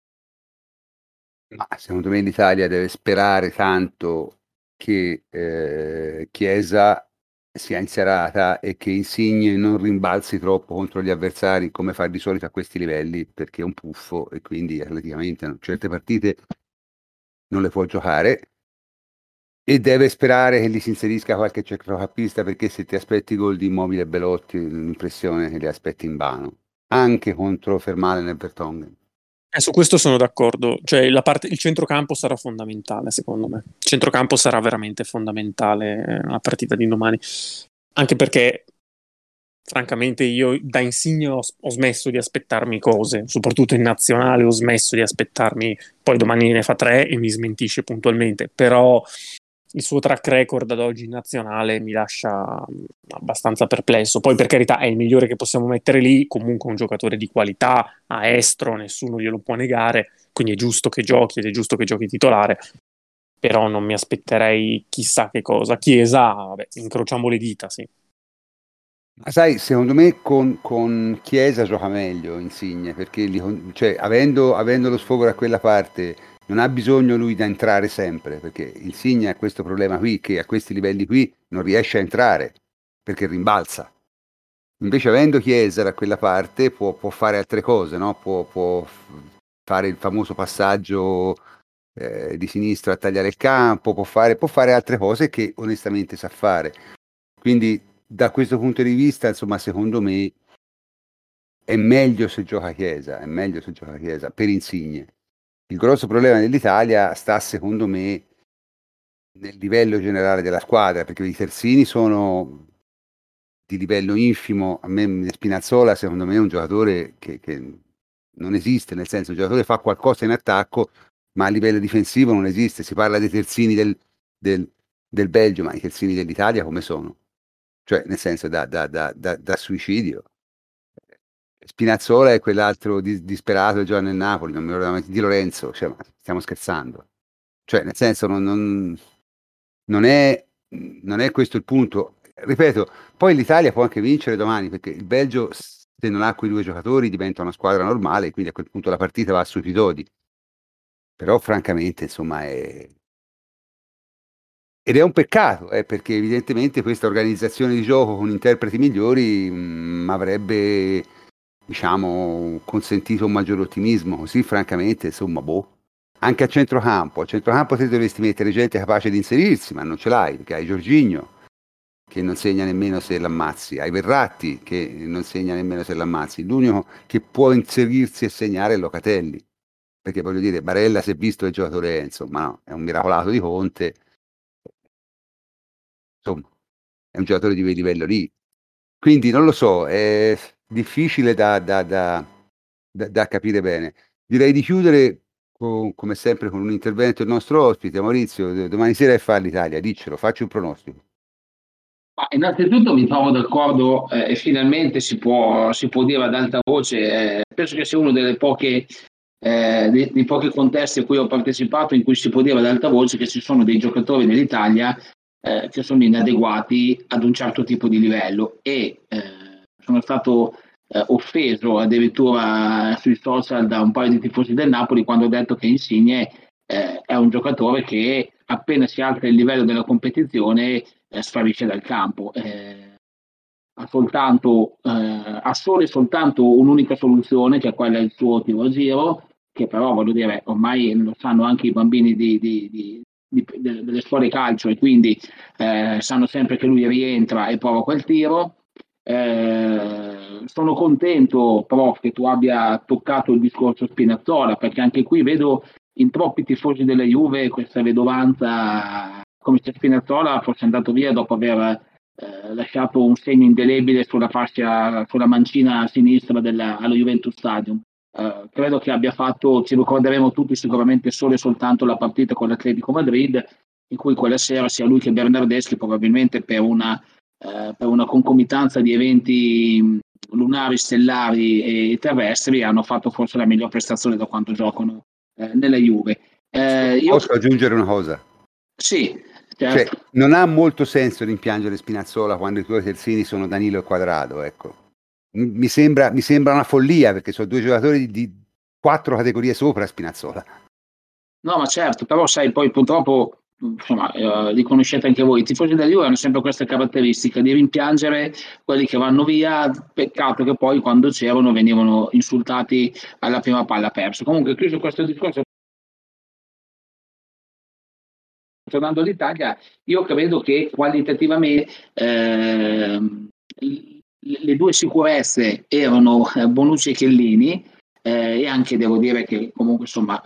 Ma secondo me l'Italia deve sperare tanto che Chiesa sia inserata e che Insigne non rimbalzi troppo contro gli avversari, come fa di solito a questi livelli, perché è un puffo e quindi atleticamente certe partite non le può giocare, e deve sperare che gli si inserisca qualche centrocampista, perché se ti aspetti gol di Immobile e Belotti, l'impressione che li aspetti in vano, anche contro Vermaelen e Vertonghen. Su questo sono d'accordo, cioè il centrocampo sarà fondamentale, secondo me. Il centrocampo sarà veramente fondamentale la partita di domani, anche perché francamente io da Insigne ho smesso di aspettarmi cose, soprattutto in nazionale ho smesso di aspettarmi, poi domani ne fa 3 e mi smentisce puntualmente, però il suo track record ad oggi in nazionale mi lascia abbastanza perplesso. Poi per carità è il migliore che possiamo mettere lì, comunque un giocatore di qualità, maestro, nessuno glielo può negare, quindi è giusto che giochi ed è giusto che giochi titolare, però non mi aspetterei chissà che cosa. Chiesa, vabbè, incrociamo le dita, sì. Ma sai, secondo me con Chiesa gioca meglio Insigne, perché cioè, avendo lo sfogo da quella parte non ha bisogno lui da entrare sempre, perché Insigne ha questo problema qui, che a questi livelli qui non riesce a entrare, perché rimbalza. Invece avendo Chiesa da quella parte può fare altre cose, no? Può fare il famoso passaggio di sinistra a tagliare il campo, può fare altre cose che onestamente sa fare. Quindi da questo punto di vista, insomma, secondo me è meglio se gioca Chiesa, per Insigne. Il grosso problema dell'Italia sta, secondo me, nel livello generale della squadra, perché i terzini sono di livello infimo. A me Spinazzola, secondo me, è un giocatore che non esiste, nel senso, il giocatore fa qualcosa in attacco, ma a livello difensivo non esiste. Si parla dei terzini del Belgio, ma i terzini dell'Italia come sono? Cioè, nel senso, da suicidio. Spinazzola è quell'altro disperato che gioca nel Napoli, non mi ricordo di Lorenzo, cioè, ma stiamo scherzando. Cioè, nel senso, non è questo il punto. Ripeto, poi l'Italia può anche vincere domani, perché il Belgio, se non ha quei due giocatori, diventa una squadra normale, quindi a quel punto la partita va sui piloti. Però, francamente, insomma, ed è un peccato, perché evidentemente questa organizzazione di gioco con interpreti migliori avrebbe, diciamo, consentito un maggior ottimismo. Così, francamente, insomma, boh. Anche a centrocampo te dovresti mettere gente capace di inserirsi, ma non ce l'hai, perché hai Jorginho che non segna nemmeno se l'ammazzi, hai Verratti che non segna nemmeno se l'ammazzi. L'unico che può inserirsi e segnare è Locatelli, perché voglio dire, Barella si è visto il giocatore è, insomma, no, è un miracolato di Conte, insomma, è un giocatore di quel livello lì. Quindi non lo so, è difficile da capire bene. Direi di chiudere come sempre con un intervento del nostro ospite, Maurizio. Domani sera è fa l'Italia, diccelo, facci un pronostico. Ma innanzitutto mi trovo d'accordo e finalmente si può dire ad alta voce, penso che sia uno dei pochi contesti a cui ho partecipato in cui si può dire ad alta voce che ci sono dei giocatori dell'Italia che sono inadeguati ad un certo tipo di livello e sono stato offeso addirittura sui social da un paio di tifosi del Napoli quando ho detto che Insigne è un giocatore che appena si alza il livello della competizione sparisce dal campo. Ha solo e soltanto un'unica soluzione, che è quella del suo tiro a giro, che però voglio dire ormai lo sanno anche i bambini delle scuole calcio e quindi sanno sempre che lui rientra e prova quel tiro. Sono contento però che tu abbia toccato il discorso Spinazzola, perché anche qui vedo in troppi tifosi della Juve questa vedovanza, come se Spinazzola fosse andato via dopo aver lasciato un segno indelebile sulla mancina a sinistra allo Juventus Stadium. Credo che abbia fatto, ci ricorderemo tutti sicuramente solo e soltanto la partita con l'Atletico Madrid, in cui quella sera sia lui che Bernardeschi, probabilmente per una concomitanza di eventi lunari, stellari e terrestri, hanno fatto forse la miglior prestazione da quando giocano nella Juve. Posso aggiungere una cosa? Sì, certo. Cioè, non ha molto senso rimpiangere Spinazzola quando i tuoi terzini sono Danilo e Quadrado, ecco. Mi sembra una follia, perché sono due giocatori di 4 categorie sopra Spinazzola. No, ma certo, però sai, poi purtroppo, insomma, li conoscete anche voi, i tifosi della Juve hanno sempre questa caratteristica di rimpiangere quelli che vanno via, peccato che poi quando c'erano venivano insultati alla prima palla persa. Comunque, chiuso questo discorso, tornando all'Italia, io credo che qualitativamente le due sicurezze erano Bonucci e Chiellini, e anche devo dire che comunque insomma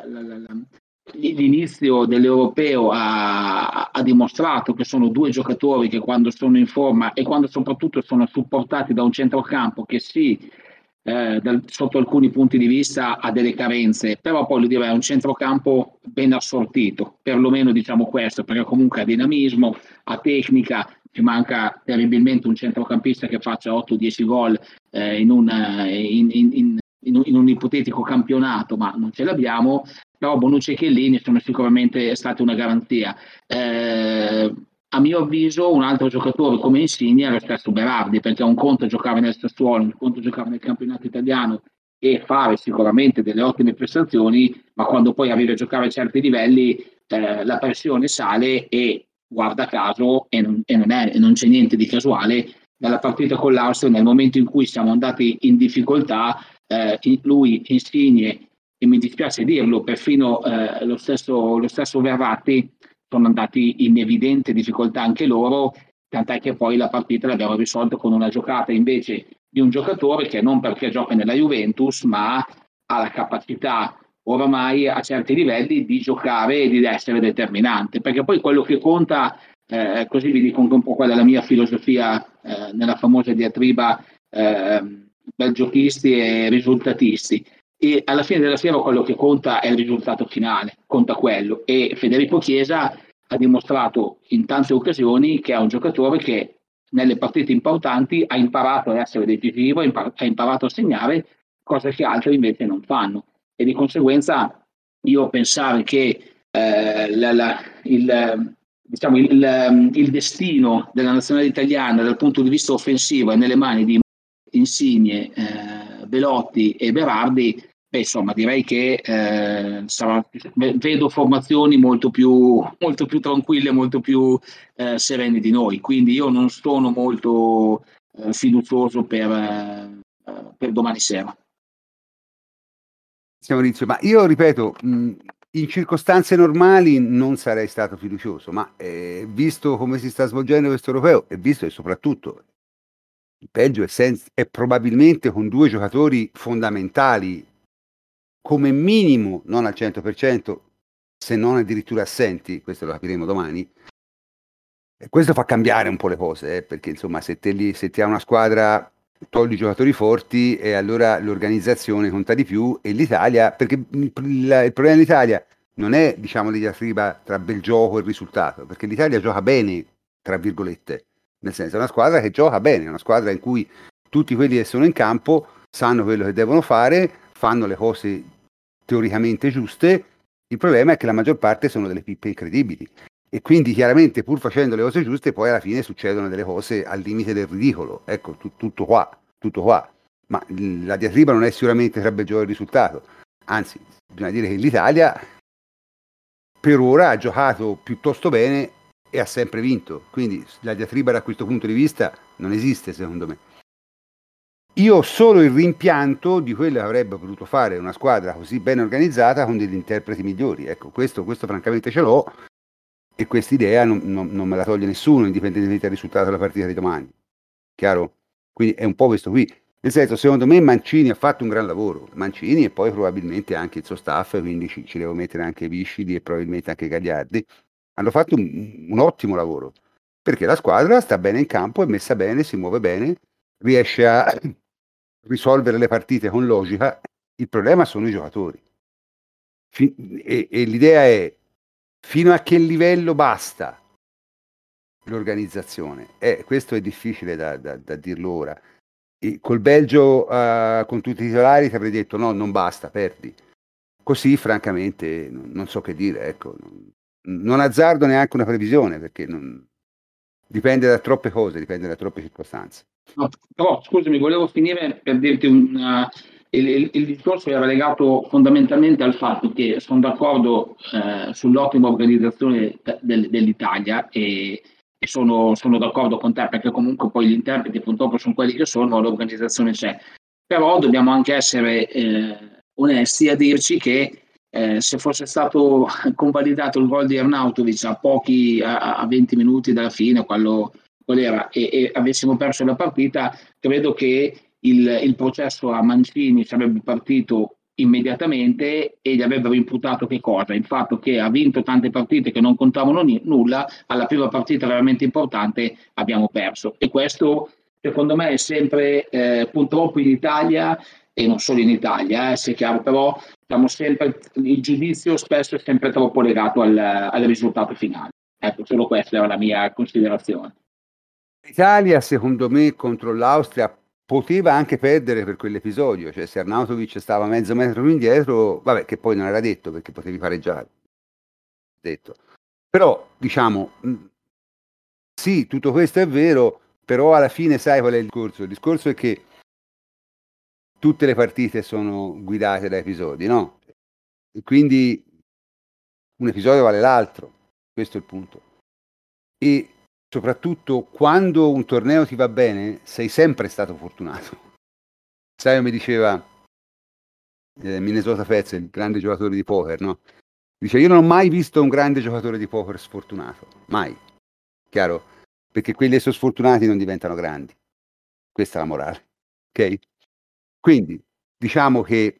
l'inizio dell'Europeo ha dimostrato che sono due giocatori che quando sono in forma e quando soprattutto sono supportati da un centrocampo che sì, sotto alcuni punti di vista ha delle carenze, però poi lo direi è un centrocampo ben assortito, perlomeno diciamo questo, perché comunque ha dinamismo, ha tecnica, ci manca terribilmente un centrocampista che faccia 8-10 gol in in un ipotetico campionato, ma non ce l'abbiamo. Però Bonucci e Chiellini sono sicuramente state una garanzia. A mio avviso un altro giocatore come Insigne è lo stesso Berardi, perché un conto giocare nel Sassuolo, un conto giocare nel campionato italiano e fare sicuramente delle ottime prestazioni, ma quando poi arrivi a giocare a certi livelli la pressione sale e guarda caso, e non c'è niente di casuale, dalla partita con l'Austria, nel momento in cui siamo andati in difficoltà, lui, Insigne, e mi dispiace dirlo, perfino lo stesso Verratti sono andati in evidente difficoltà anche loro, tant'è che poi la partita l'abbiamo risolta con una giocata invece di un giocatore che non perché gioca nella Juventus, ma ha la capacità oramai a certi livelli di giocare e di essere determinante, perché poi quello che conta, così vi dico un po' qual è la mia filosofia nella famosa diatriba bel giochisti e risultatisti, e alla fine della fiera quello che conta è il risultato finale, conta quello, e Federico Chiesa ha dimostrato in tante occasioni che è un giocatore che nelle partite importanti ha imparato ad essere decisivo, ha imparato a segnare, cosa che altri invece non fanno, e di conseguenza io pensare che il destino della nazionale italiana dal punto di vista offensivo è nelle mani di Insigne, Belotti e Berardi, insomma direi che vedo formazioni molto più tranquille, molto più serene di noi, quindi io non sono molto fiducioso per domani sera. Maurizio, ma io ripeto, in circostanze normali non sarei stato fiducioso, ma visto come si sta svolgendo questo europeo e visto che soprattutto il Belgio è probabilmente con due giocatori fondamentali, come minimo non al 100%, se non addirittura assenti, questo lo capiremo domani, e questo fa cambiare un po' le cose, perché insomma se ti ha una squadra togli i giocatori forti e allora l'organizzazione conta di più, e l'Italia, perché il problema dell'Italia non è, diciamo, di diatriba tra bel gioco e il risultato, perché l'Italia gioca bene, tra virgolette, nel senso è una squadra che gioca bene, è una squadra in cui tutti quelli che sono in campo sanno quello che devono fare, fanno le cose teoricamente giuste. Il problema è che la maggior parte sono delle pippe incredibili, e quindi chiaramente pur facendo le cose giuste poi alla fine succedono delle cose al limite del ridicolo, ecco, tutto qua, ma la diatriba non è sicuramente tra bel gioco e il risultato, anzi bisogna dire che l'Italia per ora ha giocato piuttosto bene e ha sempre vinto, quindi la diatriba da questo punto di vista non esiste, secondo me. Io ho solo il rimpianto di quello che avrebbe potuto fare una squadra così ben organizzata con degli interpreti migliori, ecco, questo francamente ce l'ho, e questa idea non me la toglie nessuno, indipendentemente dal risultato della partita di domani, chiaro? Quindi è un po' questo qui, nel senso, secondo me Mancini ha fatto un gran lavoro, Mancini e poi probabilmente anche il suo staff, quindi ci devo mettere anche Viscidi e probabilmente anche Gagliardi, hanno fatto un ottimo lavoro, perché la squadra sta bene in campo, è messa bene, si muove bene, riesce a risolvere le partite con logica. Il problema sono i giocatori, e l'idea è fino a che livello basta l'organizzazione, questo è difficile da dirlo ora. E col Belgio con tutti i titolari ti avrei detto no, non basta, perdi. Così francamente non so che dire, ecco, non azzardo neanche una previsione, perché dipende da troppe cose, dipende da troppe circostanze. No, però scusami, volevo finire per dirti il discorso era legato fondamentalmente al fatto che sono d'accordo sull'ottima organizzazione dell'Italia, e sono d'accordo con te, perché comunque poi gli interpreti purtroppo sono quelli che sono, l'organizzazione c'è, però dobbiamo anche essere onesti a dirci che se fosse stato convalidato il gol di Arnautovic a 20 minuti dalla fine, qual era, e avessimo perso la partita, credo che il processo a Mancini sarebbe partito immediatamente e gli avrebbero imputato che cosa? Il fatto che ha vinto tante partite che non contavano nulla, alla prima partita veramente importante abbiamo perso, e questo secondo me è sempre purtroppo in Italia, e non solo in Italia, sia chiaro, però il giudizio spesso è sempre troppo legato al risultato finale. Ecco, solo questa era la mia considerazione. L'Italia, secondo me, contro l'Austria poteva anche perdere per quell'episodio, cioè se Arnautovic stava mezzo metro più indietro, vabbè, che poi non era detto perché potevi pareggiare, detto. Però diciamo, sì, tutto questo è vero, però alla fine sai qual è il discorso? Il discorso è che tutte le partite sono guidate da episodi, no? E quindi un episodio vale l'altro, questo è il punto. E soprattutto quando un torneo ti va bene, sei sempre stato fortunato. Sai, mi diceva Minnesota Fez, il grande giocatore di poker, no? Dice, io non ho mai visto un grande giocatore di poker sfortunato, mai. Chiaro? Perché quelli che sono sfortunati non diventano grandi. Questa è la morale, ok? Quindi, diciamo che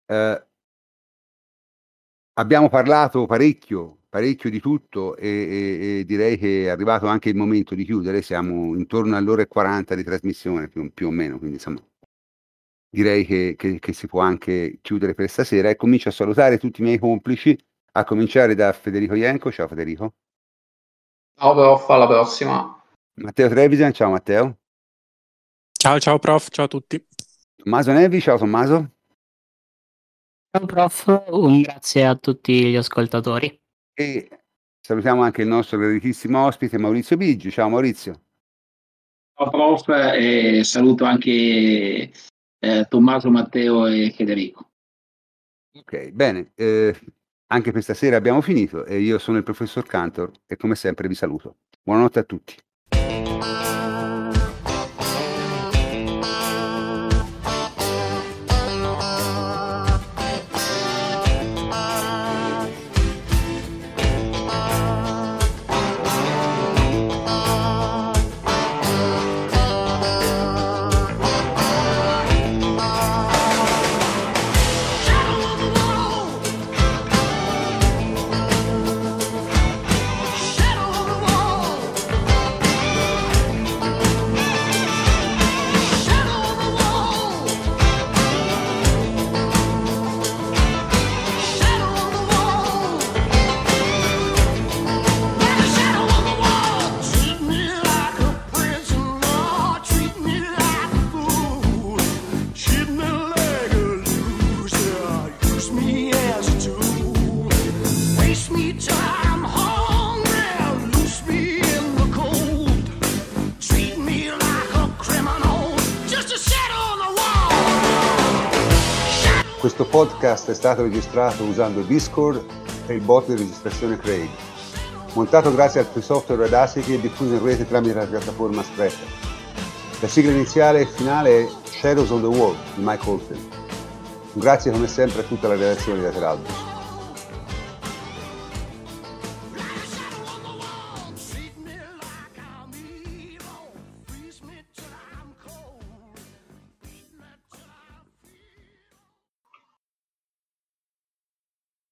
abbiamo parlato parecchio di tutto e direi che è arrivato anche il momento di chiudere, siamo intorno all'ora e 40 di trasmissione più o meno, quindi insomma direi che si può anche chiudere per stasera e comincio a salutare tutti i miei complici, a cominciare da Federico Ienco. Ciao Federico. Ciao prof, alla prossima. Matteo Trevisan, ciao Matteo. Ciao prof, ciao a tutti. Tommaso Nevi, ciao Tommaso. Ciao prof, un grazie a tutti gli ascoltatori. E salutiamo anche il nostro graditissimo ospite Maurizio Biggi. Ciao Maurizio. Ciao prof, e saluto anche Tommaso, Matteo e Federico. Ok, bene, anche per stasera abbiamo finito e io sono il professor Cantor e come sempre vi saluto. Buonanotte a tutti. Questo podcast è stato registrato usando Discord e il bot di registrazione Craig. Montato grazie al free software Audacity e diffuso in rete tramite la piattaforma Spreaker. La sigla iniziale e finale è Shadows on the Wall di Mike Oldfield. Un grazie come sempre a tutta la redazione di Lateralbus.